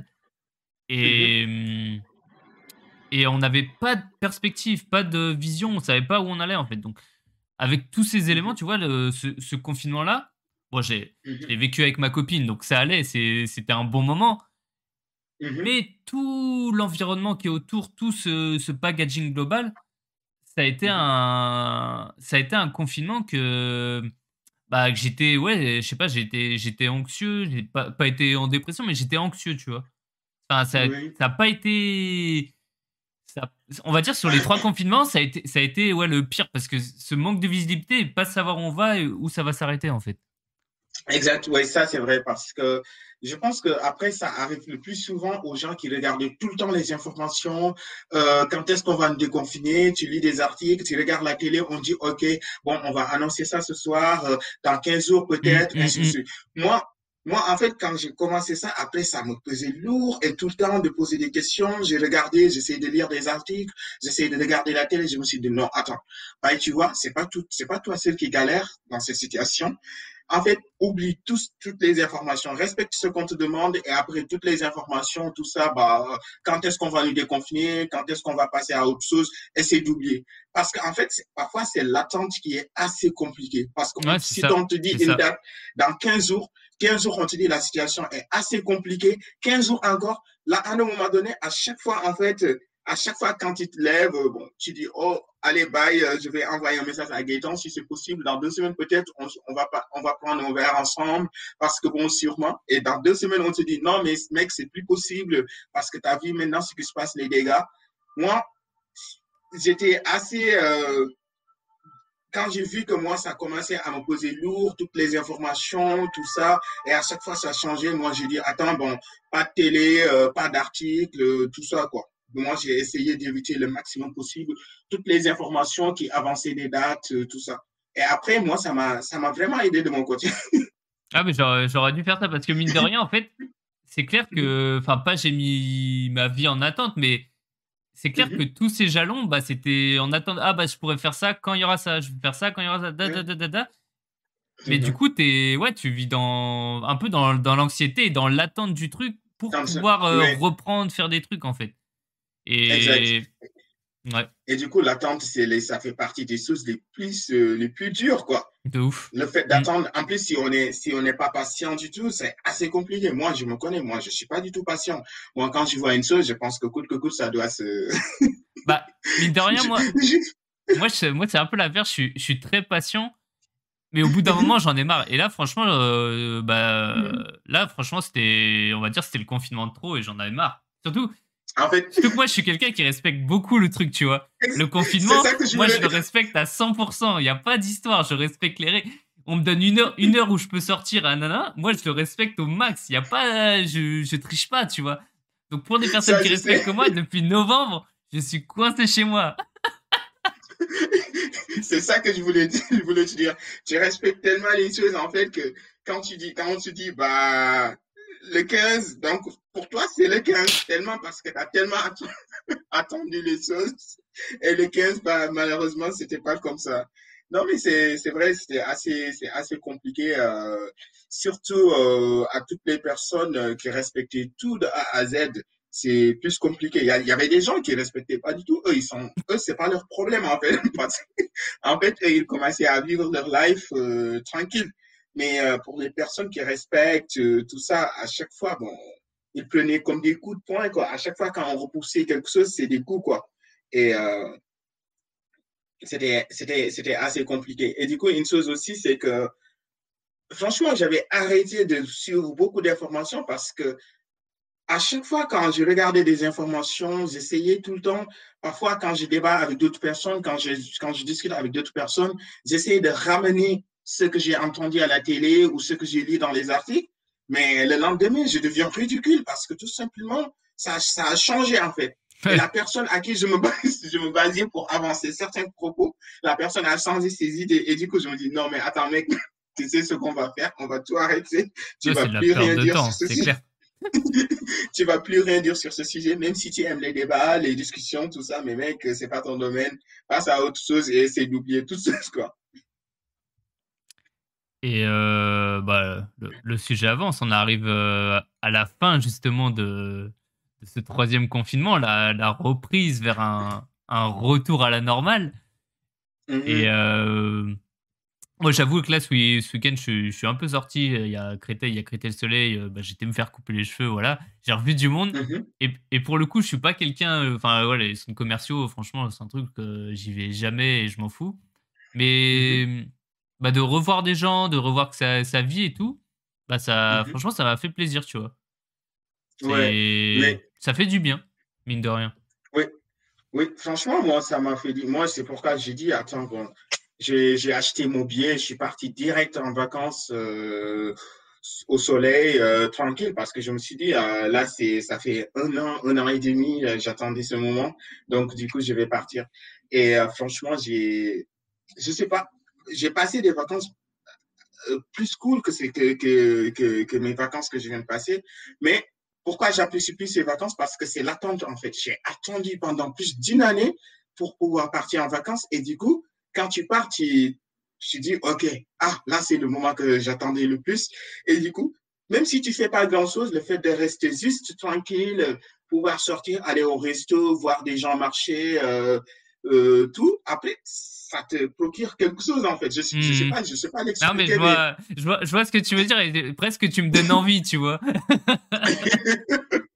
mhm, et mmh et on n'avait pas de perspective, pas de vision, on savait pas où on allait, en fait, donc avec tous ces éléments, mhm, tu vois, le ce ce confinement-là, bon, j'ai je l'ai mhm, vécu avec ma copine, donc ça allait, c'est c'était un bon moment. mhm, Mais tout l'environnement qui est autour, tout ce ce packaging global, ça a été mhm. un ça a été un confinement que, bah, que j'étais ouais, je sais pas, j'étais j'étais anxieux, j'ai pas pas été en dépression, mais j'étais anxieux, tu vois? Enfin, ça Oui. ça a pas été ça on va dire sur les trois confinements, ça a été ça a été, ouais, le pire parce que ce manque de visibilité et pas savoir où on va et où ça va s'arrêter, en fait. Exact, oui, ça c'est vrai parce que je pense que après ça arrive le plus souvent aux gens qui regardent tout le temps les informations. Euh, quand est-ce qu'on va nous déconfiner? Tu lis des articles, tu regardes la télé, on dit OK, bon, on va annoncer ça ce soir, euh, dans quinze jours Mmh, peut-être, mmh, ainsi de mmh. suite. Moi, moi, en fait, quand j'ai commencé ça, après, ça me pesait lourd et tout le temps de poser des questions. J'ai regardé, j'essayais de lire des articles, j'essayais de regarder la télé. Je me suis dit non, attends, bah, tu vois, c'est pas tout, c'est pas toi seul qui galère dans cette situation. En fait, oublie tous, toutes les informations, respecte ce qu'on te demande et après toutes les informations, tout ça, bah, quand est-ce qu'on va nous déconfiner, quand est-ce qu'on va passer à autre chose, essaie d'oublier. Parce qu'en fait, parfois, c'est l'attente qui est assez compliquée. Parce que Ouais, c'est si ça, on te dit c'est une ça. date, dans quinze jours, quinze jours, on te dit la situation est assez compliquée, quinze jours encore, là, à un moment donné, à chaque fois, en fait, à chaque fois quand tu te lèves, euh, bon, tu dis, oh, allez, bye, euh, je vais envoyer un message à Gaëtan si c'est possible. Dans deux semaines, peut-être, on, on, va pas, on va prendre un verre ensemble parce que, bon, sûrement. Et dans deux semaines, on te dit, non, mais mec, c'est plus possible parce que tu as vu maintenant ce qui se passe, les dégâts. Moi, j'étais assez. Euh, quand j'ai vu que moi, ça commençait à me poser lourd, toutes les informations, tout ça, et à chaque fois, ça changeait, moi, j'ai dit, attends, bon, pas de télé, euh, pas d'articles, euh, tout ça, quoi. Moi, j'ai essayé d'éviter le maximum possible toutes les informations qui avançaient des dates, euh, tout ça. Et après, moi, ça m'a, ça m'a vraiment aidé de mon côté. Ah, mais j'aurais, j'aurais dû faire ça parce que mine de rien, en fait, c'est clair que, enfin, pas j'ai mis ma vie en attente, mais c'est clair que tous ces jalons, bah, c'était en attente. Ah, bah, je pourrais faire ça quand il y aura ça, je vais faire ça quand il y aura ça, da, da, da, da, da. Mais du coup, t'es, ouais, tu vis dans, un peu dans, dans l'anxiété et dans l'attente du truc pour Comme ça. pouvoir euh, Ouais, reprendre, faire des trucs, en fait. exact. Et, ouais, Et du coup, l'attente, c'est les, ça fait partie des choses les plus, euh, les plus dures, quoi. de ouf. Le fait Mm. d'attendre, en plus, si on est, si on n'est pas patient du tout, c'est assez compliqué. Moi, je me connais, moi, je suis pas du tout patient. Moi, quand je vois une chose, je pense que coûte que coûte, ça doit se. Bah, mine de rien, je, moi, je... moi, je- moi c'est un peu l'inverse. Je suis, je suis très patient, mais au bout d'un moment, j'en ai marre. Et là, franchement, euh, bah, là, franchement, c'était, on va dire, c'était le confinement de trop et j'en avais marre. Surtout, En fait, surtout que moi, je suis quelqu'un qui respecte beaucoup le truc, tu vois. Le c'est confinement, ça que je moi, je voulais le dire. respecte à cent pour cent. Il n'y a pas d'histoire. Je respecte les règles. On me donne une heure, une heure où je peux sortir à nana. Moi, je le respecte au max. Il y a pas, je, je triche pas, tu vois. Donc, pour des personnes Ça, qui je sais. respectent comme moi, depuis novembre, je suis coincé chez moi. C'est ça que je voulais dire. Je voulais te dire. Tu respectes tellement les choses, en fait, que quand tu dis, quand tu dis, bah, le quinze, donc, pour toi, c'est le quinze, tellement parce que tu as tellement attendu les choses. Et le quinze, bah, malheureusement, c'était pas comme ça. Non, mais c'est, c'est vrai, c'était assez, c'est assez compliqué, euh, surtout euh, à toutes les personnes euh, qui respectaient tout de A à Z. C'est plus compliqué. Il y, a- il y avait des gens qui respectaient pas du tout. Eux, ils sont, eux, c'est pas leur problème en fait. Parce que, en fait, eux, ils commençaient à vivre leur life euh, tranquille. Mais euh, pour les personnes qui respectent euh, tout ça, à chaque fois, bon, ils prenaient comme des coups de poing, quoi. À chaque fois, quand on repoussait quelque chose, c'est des coups, quoi. Et euh, c'était, c'était, c'était assez compliqué. Et du coup, une chose aussi, c'est que, franchement, j'avais arrêté de suivre beaucoup d'informations parce que à chaque fois quand je regardais des informations, j'essayais tout le temps, parfois quand je débat avec d'autres personnes, quand je, quand je discute avec d'autres personnes, j'essayais de ramener ce que j'ai entendu à la télé ou ce que j'ai lu dans les articles. Mais le lendemain, je deviens ridicule parce que tout simplement, ça, ça a changé en fait. Et la personne à qui je me, base, je me basais pour avancer certains propos, la personne a changé ses idées. Et du coup, je me dis, non, mais attends, mec, tu sais ce qu'on va faire, on va tout arrêter. Tu Ouais, vas c'est de la plus perte rien de dire sur temps, c'est ceci. clair. Tu vas plus rien dire sur ce sujet, même si tu aimes les débats, les discussions, tout ça, mais mec, c'est pas ton domaine. Passe à autre chose et essaie d'oublier tout ça, quoi. Et euh, bah, le, le sujet avance. On arrive euh, à la fin justement de, de ce troisième confinement, la, la reprise vers un, un retour à la normale. Et Mhm, euh, moi, j'avoue que là, ce, week- ce week-end, je, suis- je suis un peu sorti. Il y a Créteil, il y a Créteil le Soleil. euh, bah, j'étais me faire couper les cheveux, voilà. J'ai revu du monde. mhm, Et, et pour le coup, je suis pas quelqu'un. euh, Enfin, ouais, les centres commerciaux, franchement, c'est un truc que j'y vais jamais et je m'en fous. mhm, Mais bah, de revoir des gens, de revoir que ça, ça vit et tout, bah ça, mhm. franchement, ça m'a fait plaisir, tu vois. Ouais, C'est, mais ça fait du bien, mine de rien. oui, oui, franchement, moi, ça m'a fait dire. Moi, c'est pourquoi j'ai dit, attends, bon, j'ai j'ai acheté mon billet, je suis parti direct en vacances euh, au soleil, euh, tranquille, parce que je me suis dit, euh, là, c'est, ça fait un an, un an et demi, euh, j'attendais ce moment, donc du coup, je vais partir. Et euh, franchement, j'ai, je sais pas, j'ai passé des vacances euh, plus cool que, c'est, que, que, que, que mes vacances que je viens de passer, mais pourquoi j'apprécie plus ces vacances? Parce que c'est l'attente, en fait. J'ai attendu pendant plus d'une année pour pouvoir partir en vacances. Et du coup, quand tu pars, tu, tu dis, OK, ah, là, c'est le moment que j'attendais le plus. Et du coup, même si tu fais pas grand-chose, le fait de rester juste tranquille, pouvoir sortir, aller au resto, voir des gens marcher, euh, euh, tout, après, ça te procure quelque chose, en fait. Je, je sais Hmm. pas, je sais pas Non, mais je l'expliquer, mais vois, je vois, je vois ce que tu veux dire et presque tu me donnes envie, tu vois.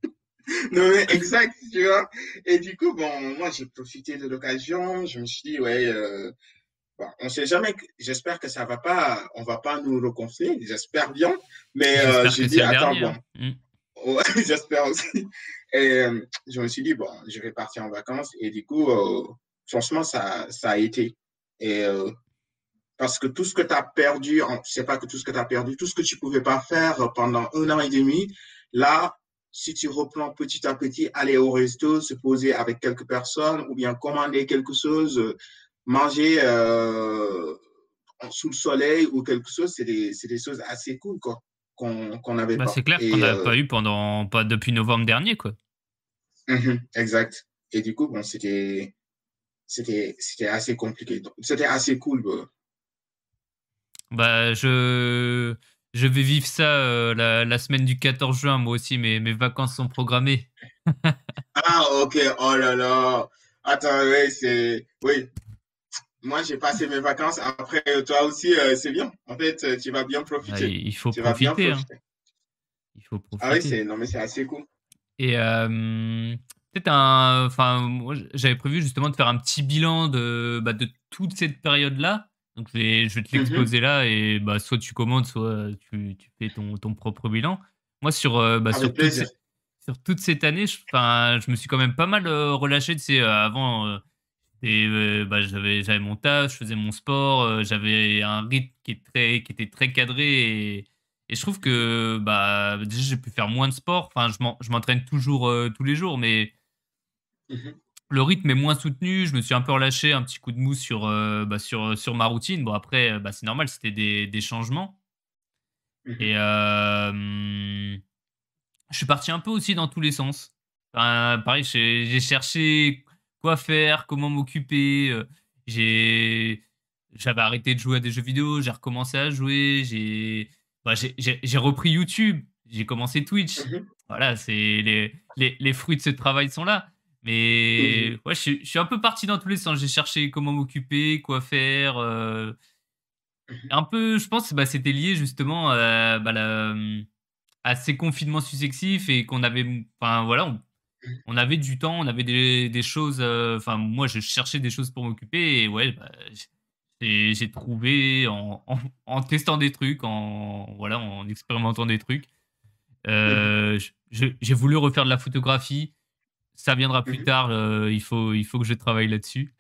Non, mais exact, tu vois. Et du coup, bon, moi, j'ai profité de l'occasion. Je me suis dit, ouais, euh, bon, on sait jamais. que- J'espère que ça va pas, on va pas nous reconfiner. J'espère bien. Mais euh, J'espère j'ai que dit, c'est le attends, dernier. bon, Hein. Mm. ouais, j'espère aussi. Et euh, je me suis dit, bon, je vais partir en vacances. Et du coup, euh, franchement, ça, ça a été. Et euh, parce que tout ce que tu as perdu, en- c'est pas que tout ce que tu as perdu, tout ce que tu pouvais pas faire pendant un an et demi, là, si tu reprends petit à petit, aller au resto, se poser avec quelques personnes ou bien commander quelque chose, euh, manger euh, sous le soleil ou quelque chose, c'est des, c'est des choses assez cool, quoi, qu'on qu'on n'avait Bah, pas. c'est clair qu'on Et n'a euh, pas eu pendant, pas depuis novembre dernier, quoi. mhm, exact. Et du coup, bon, c'était, c'était, c'était assez compliqué. Donc, c'était assez cool. Bah. Bah, je, je vais vivre ça euh, la, la semaine du quatorze juin, moi aussi, mes, mes vacances sont programmées. Ah, ok. Oh là là. Attends, oui, c'est, oui. Moi, j'ai passé mes vacances. Après, toi aussi, euh, c'est bien. En fait, euh, tu vas bien Bah, profiter. il faut Tu vas bien profiter, hein. profiter. Il faut Ah oui, profiter. c'est, non, mais c'est assez cool. Et euh, peut-être un, enfin, moi, j'avais prévu justement de faire un petit bilan de, bah, de toute cette période-là. Donc, je vais, je vais te Mhm. l'exposer là et bah, soit tu commandes, soit tu, tu fais ton, ton propre bilan. Moi, sur, euh, bah, Avec sur, toute, plaisir. ces- sur toute cette année, je, enfin, je me suis quand même pas mal euh, relâché. Tu sais, euh, avant, euh, et, euh, bah, j'avais, j'avais mon taf, je faisais mon sport, euh, j'avais un rythme qui, est très, qui était très cadré et, et je trouve que bah, déjà, j'ai pu faire moins de sport. Enfin, je m'en- je m'entraîne toujours euh, tous les jours, mais Mhm. le rythme est moins soutenu. Je me suis un peu relâché, un petit coup de mou sur, euh, bah, sur, sur ma routine. Bon, après, euh, bah, c'est normal, c'était des, des changements. Mhm. Et euh, je suis parti un peu aussi dans tous les sens. Enfin, pareil, j'ai j'ai cherché quoi faire, comment m'occuper. euh, J'ai, j'avais arrêté de jouer à des jeux vidéo, j'ai recommencé à jouer. J'ai, bah, j'ai j'ai- j'ai repris YouTube, j'ai commencé Twitch. Mhm. Voilà, c'est les, les, les fruits de ce travail sont là. Mais Mhm. ouais, je, suis je suis un peu parti dans tous les sens. J'ai cherché comment m'occuper, quoi faire. euh, Mhm. un peu, je pense, bah, c'était lié justement à, bah, la, à ces confinements successifs et qu'on avait, enfin voilà, on, on avait du temps, on avait des, des choses. euh, Enfin, moi, je cherchais des choses pour m'occuper et ouais, bah, j'ai j'ai trouvé en, en, en testant des trucs, en voilà, en expérimentant des trucs. Mhm. Euh, je- je- j'ai voulu refaire de la photographie. Ça viendra plus Mhm. tard. euh, il faut, il faut que je travaille là-dessus.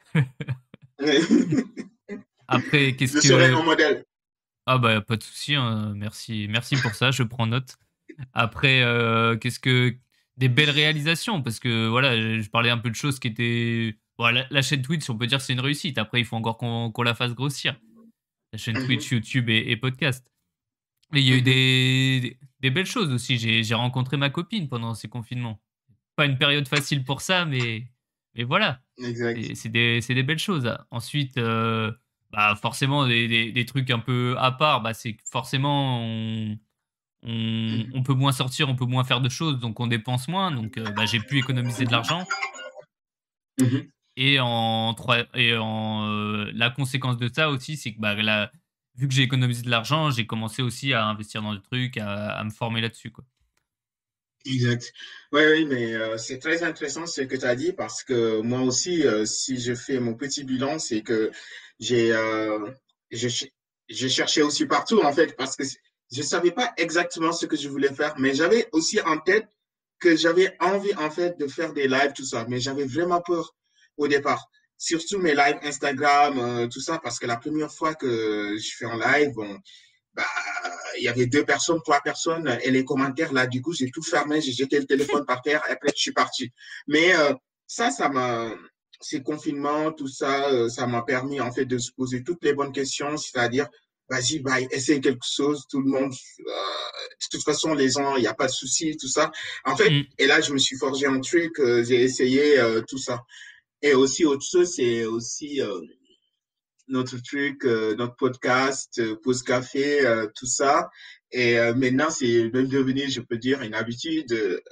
Mhm. Après, qu'est-ce Je serai un que modèle. ah bah pas de souci, hein, merci, merci pour ça. Je prends note. Après, euh, qu'est-ce que des belles réalisations parce que voilà, je je parlais un peu de choses qui étaient bon, la, la chaîne Twitch, on peut dire que c'est une réussite. Après, il faut encore qu'on qu'on la fasse grossir. La chaîne Twitch, Mhm. YouTube et, et podcast. Mais il y a eu Mhm. des, des, des belles choses aussi. J'ai j'ai rencontré ma copine pendant ces confinements. Pas une période facile pour ça, mais mais voilà, Exact. c'est c'est des c'est des belles choses. Ensuite, euh, bah forcément des, des, des trucs un peu à part. Bah c'est que forcément on on, Mhm. on peut moins sortir, on peut moins faire de choses, donc on dépense moins. Donc, euh, bah, j'ai pu économiser de l'argent. Mhm. Et en, trois- et en euh, la conséquence de ça aussi, c'est que bah, là, vu que j'ai économisé de l'argent, j'ai commencé aussi à investir dans des trucs, à, à me former là-dessus, quoi. Exact. Oui, oui, mais euh, c'est très intéressant ce que tu as dit parce que moi aussi, euh, si je fais mon petit bilan, c'est que j'ai euh, j'ai ch- j'ai cherché aussi partout en fait parce que je savais pas exactement ce que je voulais faire, mais j'avais aussi en tête que j'avais envie en fait de faire des lives, tout ça, mais j'avais vraiment peur au départ. Surtout mes lives Instagram, euh, tout ça, parce que la première fois que je fais un live, bon, bah, il y avait deux personnes, trois personnes, et les commentaires, là, du coup, j'ai tout fermé, j'ai jeté le téléphone par terre, et après, je suis parti. Mais euh, ça, ça m'a, ces confinements, tout ça, euh, ça m'a permis, en fait, de se poser toutes les bonnes questions, c'est-à-dire, vas-y, bah, essaye quelque chose, tout le monde, euh, de toute façon, les gens, il n'y a pas de souci, tout ça. En fait, Mm. et là, je me suis forgé un truc, euh, j'ai essayé euh, tout ça. Et aussi, autre chose, c'est aussi euh, notre truc, euh, notre podcast, euh, pause café, euh, tout ça. Et euh, maintenant, c'est même devenu, je peux dire, une habitude. Euh,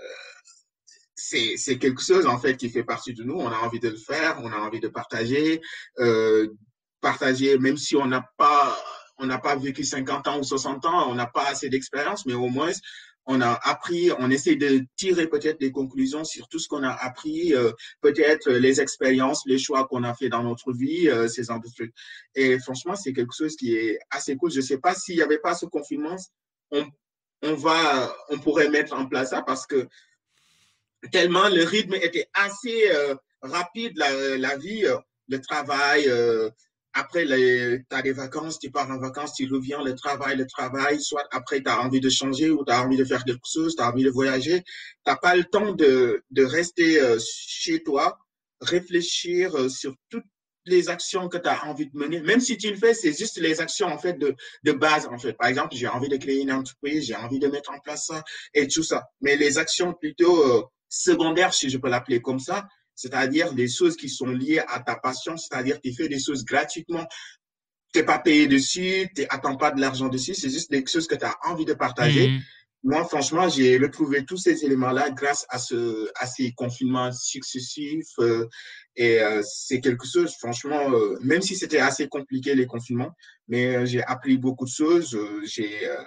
c'est, c'est quelque chose, en fait, qui fait partie de nous. On a envie de le faire, on a envie de partager. Euh, partager, même si on n'a pas, on n'a pas vécu cinquante ans ou soixante ans, on n'a pas assez d'expérience, mais au moins, on a appris, on essaie de tirer peut-être des conclusions sur tout ce qu'on a appris, euh, peut-être les expériences, les choix qu'on a fait dans notre vie, euh, ces genres de trucs. Et franchement, c'est quelque chose qui est assez cool. Je sais pas s'il n'y avait pas ce confinement, on, on va, on pourrait mettre en place ça parce que tellement le rythme était assez euh, rapide, la, la vie, euh, le travail. Euh, après, tu as des vacances, tu pars en vacances, tu reviens, le travail, le travail. Soit après, tu as envie de changer ou tu as envie de faire quelque chose, tu as envie de voyager. Tu n'as pas le temps de, de rester euh, chez toi, réfléchir euh, sur toutes les actions que tu as envie de mener. Même si tu le fais, c'est juste les actions en fait de, de base. En fait. Par exemple, j'ai envie de créer une entreprise, j'ai envie de mettre en place ça et tout ça. Mais les actions plutôt... Euh, secondaire, si je peux l'appeler comme ça, c'est-à-dire des choses qui sont liées à ta passion, c'est-à-dire tu fais des choses gratuitement, tu n'es pas payé dessus, tu n'attends pas de l'argent dessus, c'est juste des choses que tu as envie de partager. Mmh. Moi, franchement, j'ai retrouvé tous ces éléments-là grâce à, ce, à ces confinements successifs. Euh, et euh, c'est quelque chose, franchement, euh, même si c'était assez compliqué, les confinements, mais euh, j'ai appris beaucoup de choses. Euh, j'ai euh,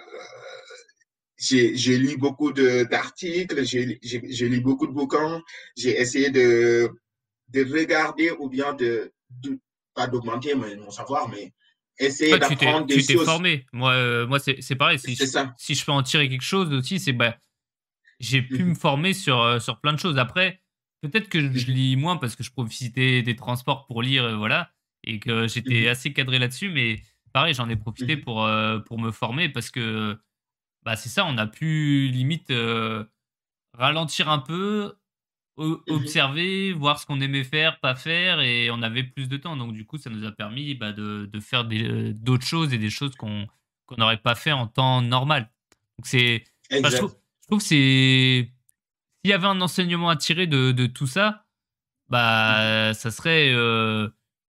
j'ai lu beaucoup d'articles, j'ai lu beaucoup de bouquins, j'ai essayé de, de regarder ou bien de, de pas d'augmenter mon savoir, mais essayer Ouais, tu t'es d'apprendre des tu t'es choses. formé. Moi, euh, moi c'est c'est pareil. Si C'est je, ça. si je peux en tirer quelque chose aussi, c'est bah, j'ai pu me Mhm, former sur, euh, sur plein de choses. Après, peut-être que je mhm, lis moins parce que je profitais des transports pour lire, euh, voilà, et que j'étais mhm, assez cadré là-dessus. Mais pareil, j'en ai profité mhm, pour, euh, pour me former parce que bah, c'est ça, on a pu limite euh, ralentir un peu, o- mhm. observer, voir ce qu'on aimait faire, pas faire, et on avait plus de temps. Donc du coup, ça nous a permis bah, de, de faire des, euh, d'autres choses et des choses qu'on qu'on n'aurait pas fait en temps normal. Donc c'est, enfin, je trouve, Exact. je trouve que c'est, s'il y avait un enseignement à tirer de, de tout ça, Mhm, bah ça serait euh,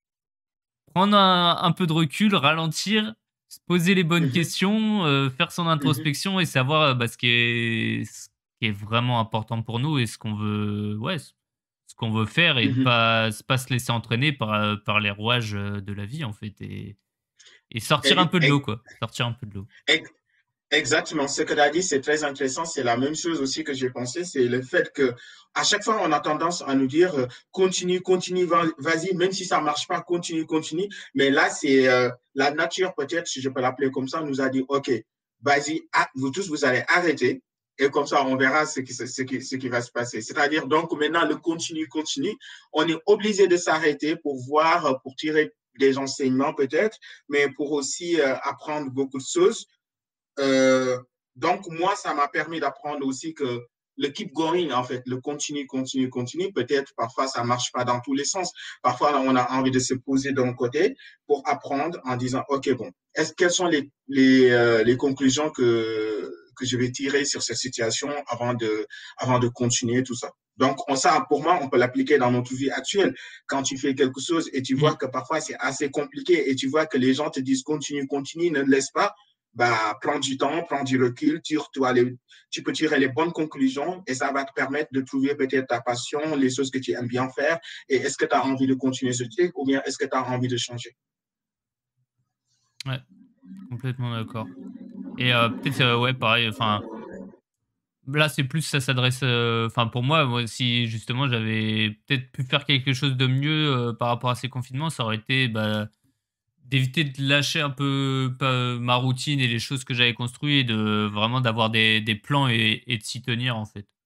prendre un, un peu de recul, ralentir, se poser les bonnes mhm, questions, euh, faire son mhm, introspection et savoir euh, bah, ce qui est ce qui est vraiment important pour nous et ce qu'on veut, ouais, ce ce qu'on veut faire, et mhm. pas pas se laisser entraîner par, heu, par les rouages, heu, de la vie en fait, et et sortir un Et- peu de l'eau et- quoi, sortir un peu de l'eau. et- Exactement. Ce que tu as dit, c'est très intéressant. C'est la même chose aussi que j'ai pensé. C'est le fait que à chaque fois, on a tendance à nous dire euh, continue, continue, va- vas-y, même si ça marche pas, continue, continue. Mais là, c'est euh, la nature, peut-être, si je peux l'appeler comme ça, nous a dit OK, vas-y, ah, vous tous, vous allez arrêter. Et comme ça, on verra ce qui, se- ce qui, ce qui va se passer. C'est-à-dire, donc, maintenant, le continue, continue, on est obligé de s'arrêter pour voir, euh, pour tirer des enseignements peut-être, mais pour aussi euh, apprendre beaucoup de choses. Euh, donc, moi, ça m'a permis d'apprendre aussi que le keep going, en fait, le continue, continue, continue, peut-être parfois ça marche pas dans tous les sens. Parfois, on a envie de se poser d'un côté pour apprendre en disant, OK, bon, est-ce, quelles sont les, les, euh, les conclusions que, que je vais tirer sur cette situation avant de, avant de continuer tout ça? Donc, on, ça, pour moi, on peut l'appliquer dans notre vie actuelle. Quand tu fais quelque chose et tu vois Mmh. que parfois c'est assez compliqué et tu vois que les gens te disent continue, continue, ne laisse pas, bah, prends du temps, prends du recul, tu, tu, les, tu peux tirer les bonnes conclusions et ça va te permettre de trouver peut-être ta passion, les choses que tu aimes bien faire et est-ce que tu as envie de continuer ce truc ou bien est-ce que tu as envie de changer? Ouais, complètement d'accord, et heu, peut-être, heu, ouais, pareil, enfin, là, c'est plus ça s'adresse, heu, enfin, pour moi, moi, si justement j'avais peut-être pu faire quelque chose de mieux, heu, par rapport à ces confinements, ça aurait été, bah, d'éviter de lâcher un peu pa ma routine et les choses que j'avais construites, et de vraiment d'avoir des des plans et et de s'y tenir, en fait.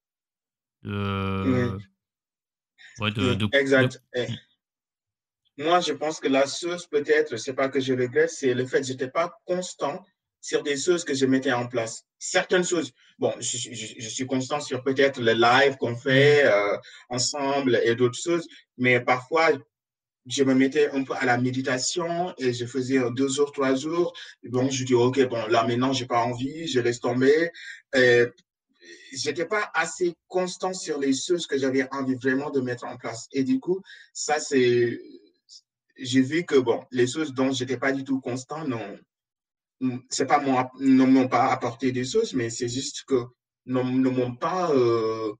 Oui, De ouais, de oui, de de exact. Et mmh, moi, je pense que la chose peut-être, c'est pas que je regrette, c'est le fait que j'étais pas constant sur des choses que je mettais en place. Certaines choses, bon, je, je, je suis constant sur peut-être le live qu'on mmh, fait euh, ensemble et d'autres choses, mais parfois je me mettais un peu à la méditation et je faisais deux jours, trois jours. Donc, je dis, OK, bon, là, maintenant, j'ai pas envie, je laisse tomber. Euh, j'étais pas assez constant sur les choses que j'avais envie vraiment de mettre en place. Et du coup, ça, c'est, j'ai vu que, bon, les choses dont j'étais pas du tout constant, non, c'est pas moi, ne m'ont pas apporté des choses, mais c'est juste que ne, ne m'ont pas, euh,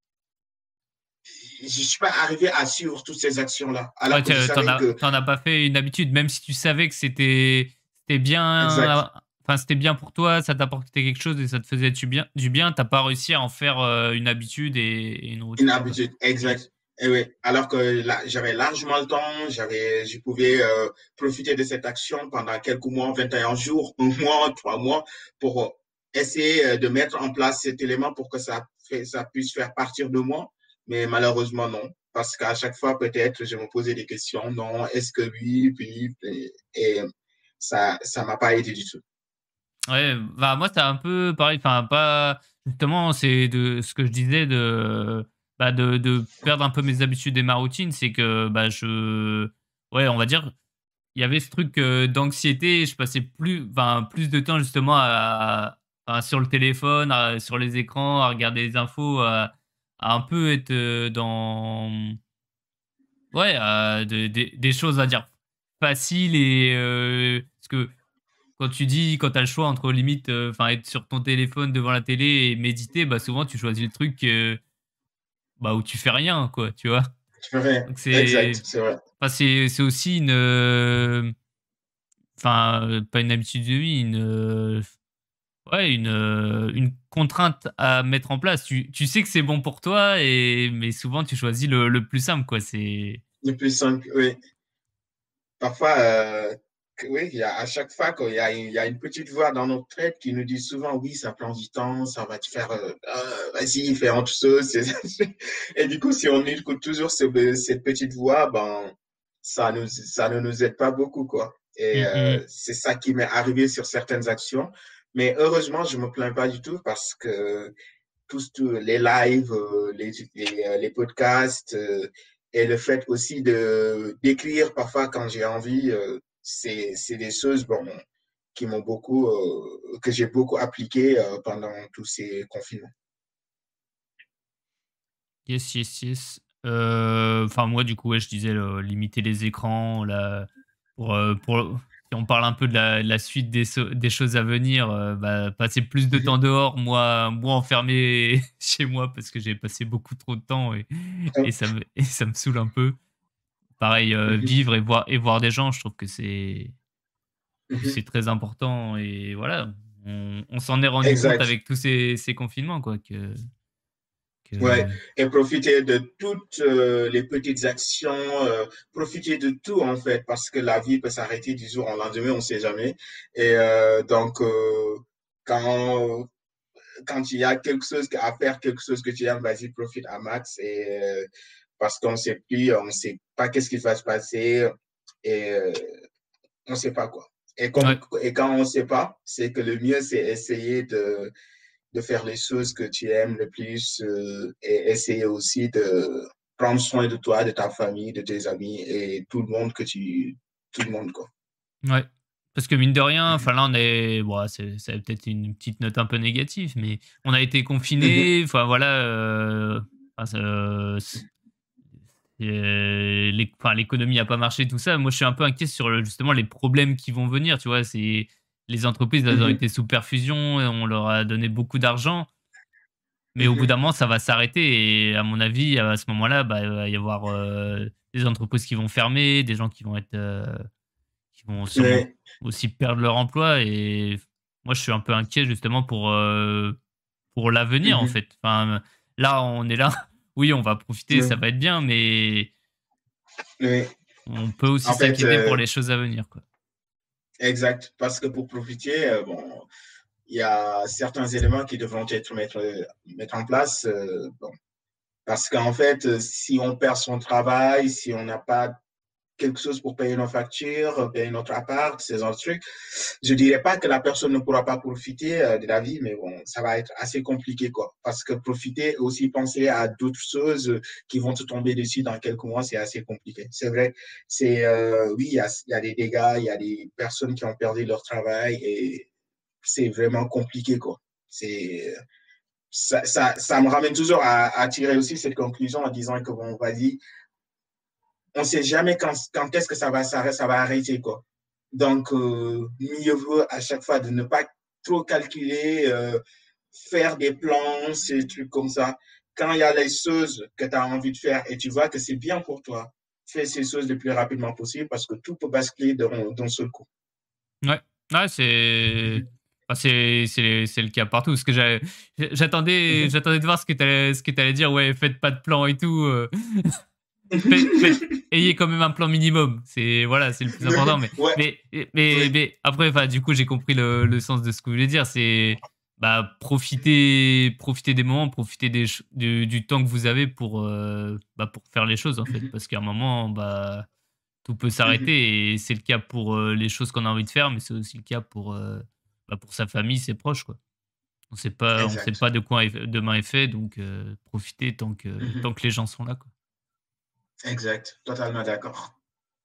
je suis pas arrivé à suivre toutes ces actions-là, ouais, alors que tu je tu savais as que, tu as pas fait une habitude, même si tu savais que c'était c'était exact. bien enfin, c'était bien pour toi, ça t'apportait quelque chose et ça te faisait du bien, du bien, t'as pas réussi à en faire euh, une habitude et, et une Une routine, quoi. habitude, Mm. exact. Et oui, alors que là, j'avais largement le temps, j'avais, je pouvais euh, profiter de cette action pendant quelques mois, vingt et un jours, un mois, trois mois, pour essayer euh, de mettre en place cet élément pour que ça, fait, ça puisse faire partir de moi. Mais malheureusement, non. Parce qu'à chaque fois, peut-être, je me posais des questions. Non, est-ce que oui, puis, et, et ça, ça m'a pas aidé du tout. Ouais, bah, moi, c'était un peu pareil, enfin, pas justement, c'est de ce que je disais de, bah, de de perdre un peu mes habitudes et ma routine, c'est que, bah, je ouais, on va dire, il y avait ce truc, heu, d'anxiété, je passais plus enfin, plus de temps justement à à sur le téléphone, à sur les écrans, à regarder les infos, à à un peu être, heu, dans, mmh, ouais, à de des des choses à dire faciles et heu, parce que quand tu dis quand tu as le choix entre limite, heu, enfin être sur ton téléphone devant la télé et méditer, bah, souvent tu choisis le truc, heu, bah, où tu fais rien quoi, tu vois? Je ferais, Donc exact, c'est c'est vrai. enfin c'est c'est aussi une, heu, enfin, heu, pas une habitude de vie, une, heu, ouais une, heu, une contrainte à mettre en place. Tu tu sais que c'est bon pour toi et mais souvent tu choisis le le plus simple quoi, c'est Le plus simple, oui. Parfois, euh, oui, il y a, à chaque fois qu'il y a, il y a une petite voix dans notre tête qui nous dit souvent, oui, ça prend du temps, ça va te faire, euh, euh, vas-y, fais autre chose. Et du coup, si on écoute toujours ce- cette petite voix, ben, ça nous, ça ne nous aide pas beaucoup, quoi. Et mmh euh, mh. c'est ça qui m'est arrivé sur certaines actions. Mais heureusement, je me plains pas du tout parce que tous, tous les lives, euh, les, les, euh, les podcasts euh, et le fait aussi de d'écrire parfois quand j'ai envie, euh, c'est c'est des choses bon qui m'ont beaucoup euh, que j'ai beaucoup appliqué euh, pendant tous ces confinements. Yes, yes, yes. Heu, enfin moi du coup, ouais, je disais, heu, limiter les écrans, la pour, heu, pour si on parle un peu de la de la suite des so des choses à venir, heu, bah, passer plus de temps dehors, moi moi enfermé chez moi parce que j'ai passé beaucoup trop de temps et et ça me et ça me saoule un peu. Pareil, heu, vivre et voir et voir des gens, je trouve que c'est que c'est très important et voilà, on on s'en est rendu compte Exact. avec tous ces ces confinements quoi que Ouais, que et profiter de toutes euh, les petites actions, euh, profiter de tout en fait, parce que la vie peut s'arrêter du jour au lendemain, on ne sait jamais. Et euh, donc, euh, quand quand il y a quelque chose à faire, quelque chose que tu aimes, vas-y, profite à max. Et, euh, parce qu'on ne sait plus, on ne sait pas qu'est-ce qui va se passer et euh, on ne sait pas quoi. Et, comme, ouais. et quand on ne sait pas, c'est que le mieux, c'est essayer de, de faire les choses que tu aimes le plus euh, et essayer aussi de prendre soin de toi, de ta famille, de tes amis et tout le monde que tu... Tout le monde, quoi. Ouais, parce que mine de rien, Mhm. enfin là on est bon, c'est c'est peut-être une petite note un peu négative, mais on a été Mhm. confinés, enfin voilà, heu, enfin ce c heu, l'é enfin l'économie a pas marché tout ça. Moi je suis un peu inquiet sur le justement les problèmes qui vont venir, tu vois? C'est les entreprises, elles ont Mhm. été sous perfusion et on leur a donné beaucoup d'argent, mais au bout d'un Mhm. moment ça va s'arrêter et à mon avis, à ce moment-là, bah, il va y avoir, heu, des entreprises qui vont fermer, des gens qui vont être, heu qui vont sûrement Ouais. aussi perdre leur emploi et moi, je suis un peu inquiet justement pour, heu, pour l'avenir, en Mhm. fait. Enfin, là, on est là, oui, on va profiter, ça Ouais. va être bien, mais Ouais. on peut aussi En fait, s'inquiéter pour euh, les choses à venir, quoi. exact. Parce que pour profiter, euh, bon, il y a certains éléments qui devront être mettre, mettre en place. Euh, bon. Parce qu'en fait, euh, si on perd son travail, si on n'a pas quelque chose pour payer nos factures, payer notre appart, ces autres trucs, je dirais pas que la personne ne pourra pas profiter euh, de la vie, mais bon, ça va être assez compliqué, quoi. Parce que profiter, aussi penser à d'autres choses qui vont te tomber dessus dans quelques mois, c'est assez compliqué. C'est vrai, c'est, euh, oui, il y a, il y a des dégâts, il y a des personnes qui ont perdu leur travail et c'est vraiment compliqué, quoi. C'est, ça, ça, ça me ramène toujours à, à tirer aussi cette conclusion en disant que bon, vas-y, on ne sait jamais quand, quand est-ce que ça va s'arrêter, ça va arrêter, quoi. Donc, euh, mieux vaut à chaque fois de ne pas trop calculer, euh, faire des plans, ces trucs comme ça. Quand il y a les choses que tu as envie de faire et tu vois que c'est bien pour toi, fais ces choses le plus rapidement possible parce que tout peut basculer d'un seul coup. Ouais. Ouais, c'est enfin, c'est c'est c'est le cas partout. Parce que j'a j'attendais j'attendais de voir ce que tu allais ce que tu allais dire: «Ouais, faites pas de plan et tout, heu, faites faites ayez quand même un plan minimum». C'est voilà, c'est le plus important. Mais Ouais, mais mais oui. mais après, enfin, du coup, j'ai compris le le sens de ce que vous voulez dire. C'est, bah, profiter profiter des moments, profiter des ch du du temps que vous avez pour, heu, bah, pour faire les choses, en fait. Parce qu'à un moment, bah, tout peut s'arrêter et c'est le cas pour, heu, les choses qu'on a envie de faire, mais c'est aussi le cas pour, heu, bah, pour sa famille, ses proches, quoi. On sait pas on sait Exact. pas de quoi est demain est fait, donc heu, profiter tant que tant que les gens sont là, quoi. Exact. Totalement d'accord.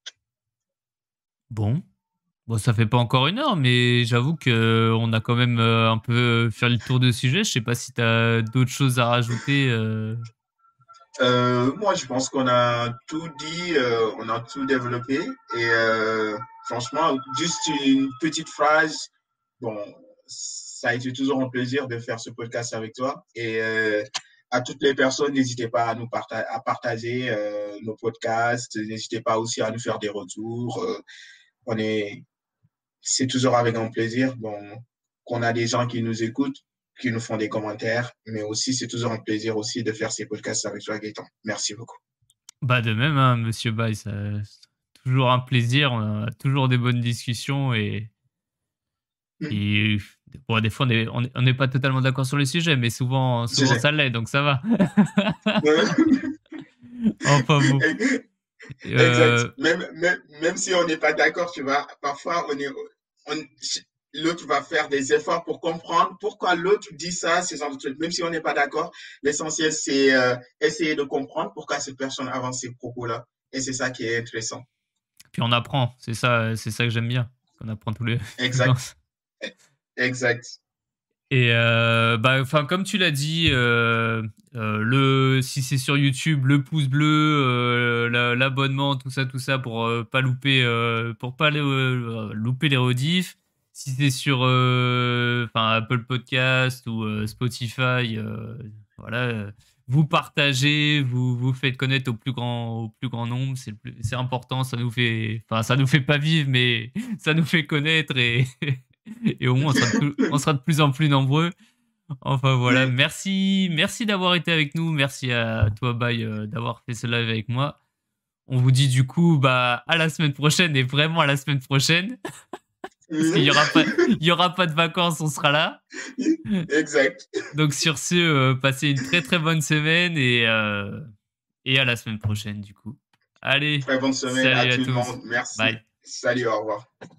Bon, bon, ça fait pas encore une heure, mais j'avoue qu'on a quand même, heu, un peu fait le tour de sujet. Je sais pas si tu as d'autres choses à rajouter, heu? Euh, moi, je pense qu'on a tout dit, euh, on a tout développé. Et euh, franchement, juste une petite phrase. Bon, ça a été toujours un plaisir de faire ce podcast avec toi. Et euh, à toutes les personnes, n'hésitez pas à nous parta à partager euh, nos podcasts. N'hésitez pas aussi à nous faire des retours. Euh, on est, c'est toujours avec un plaisir bon, qu'on a des gens qui nous écoutent, qui nous font des commentaires. Mais aussi, c'est toujours un plaisir aussi de faire ces podcasts avec toi, Gaëtan. Merci beaucoup. Bah, de même, hein, monsieur Baye, ça c'est toujours un plaisir, on a toujours des bonnes discussions et et bon, des fois, on est on est on n'est pas totalement d'accord sur les sujets, mais souvent Je souvent sais. ça l'est, donc ça va. Enfin bon, Exact. heu, Même, même, même si on n'est pas d'accord, tu vois, parfois on est, on, l'autre va faire des efforts pour comprendre pourquoi l'autre dit ça, ces genre de trucs. Même si on n'est pas d'accord, l'essentiel c'est euh, essayer de comprendre pourquoi cette personne avance ces propos-là. Et c'est ça qui est intéressant. puis on apprend, c'est ça c'est ça que j'aime bien, qu'on apprend tous les tout le temps. Exact. Exact. Et heu, bah, enfin, comme tu l'as dit, heu heu, le si c'est sur YouTube, le pouce bleu, heu, la l'abonnement, tout ça, tout ça pour, heu, pas louper, heu, pour pas le heu, louper les rediffs. Si c'est sur, heu, enfin, Apple Podcast ou, heu, Spotify, heu, voilà, heu, vous partagez, vous vous faites connaître au plus grand au plus grand nombre, c'est le plus c'est important, ça nous fait enfin, ça nous fait pas vivre, mais ça nous fait connaître et et au moins on sera de plus on sera de plus en plus nombreux. Enfin voilà, Oui. merci merci d'avoir été avec nous. Merci à toi Baye, heu, d'avoir fait ce live avec moi. On vous dit du coup, bah, à la semaine prochaine et vraiment à la semaine prochaine parce qu'il y aura pas il y aura pas de vacances, on sera là. Exact. Donc sur ce, heu, passez une très, très bonne semaine et heu et à la semaine prochaine du coup. Allez, Très bonne semaine à salut à tout le tous. monde. Merci. Bye. Salut, au revoir.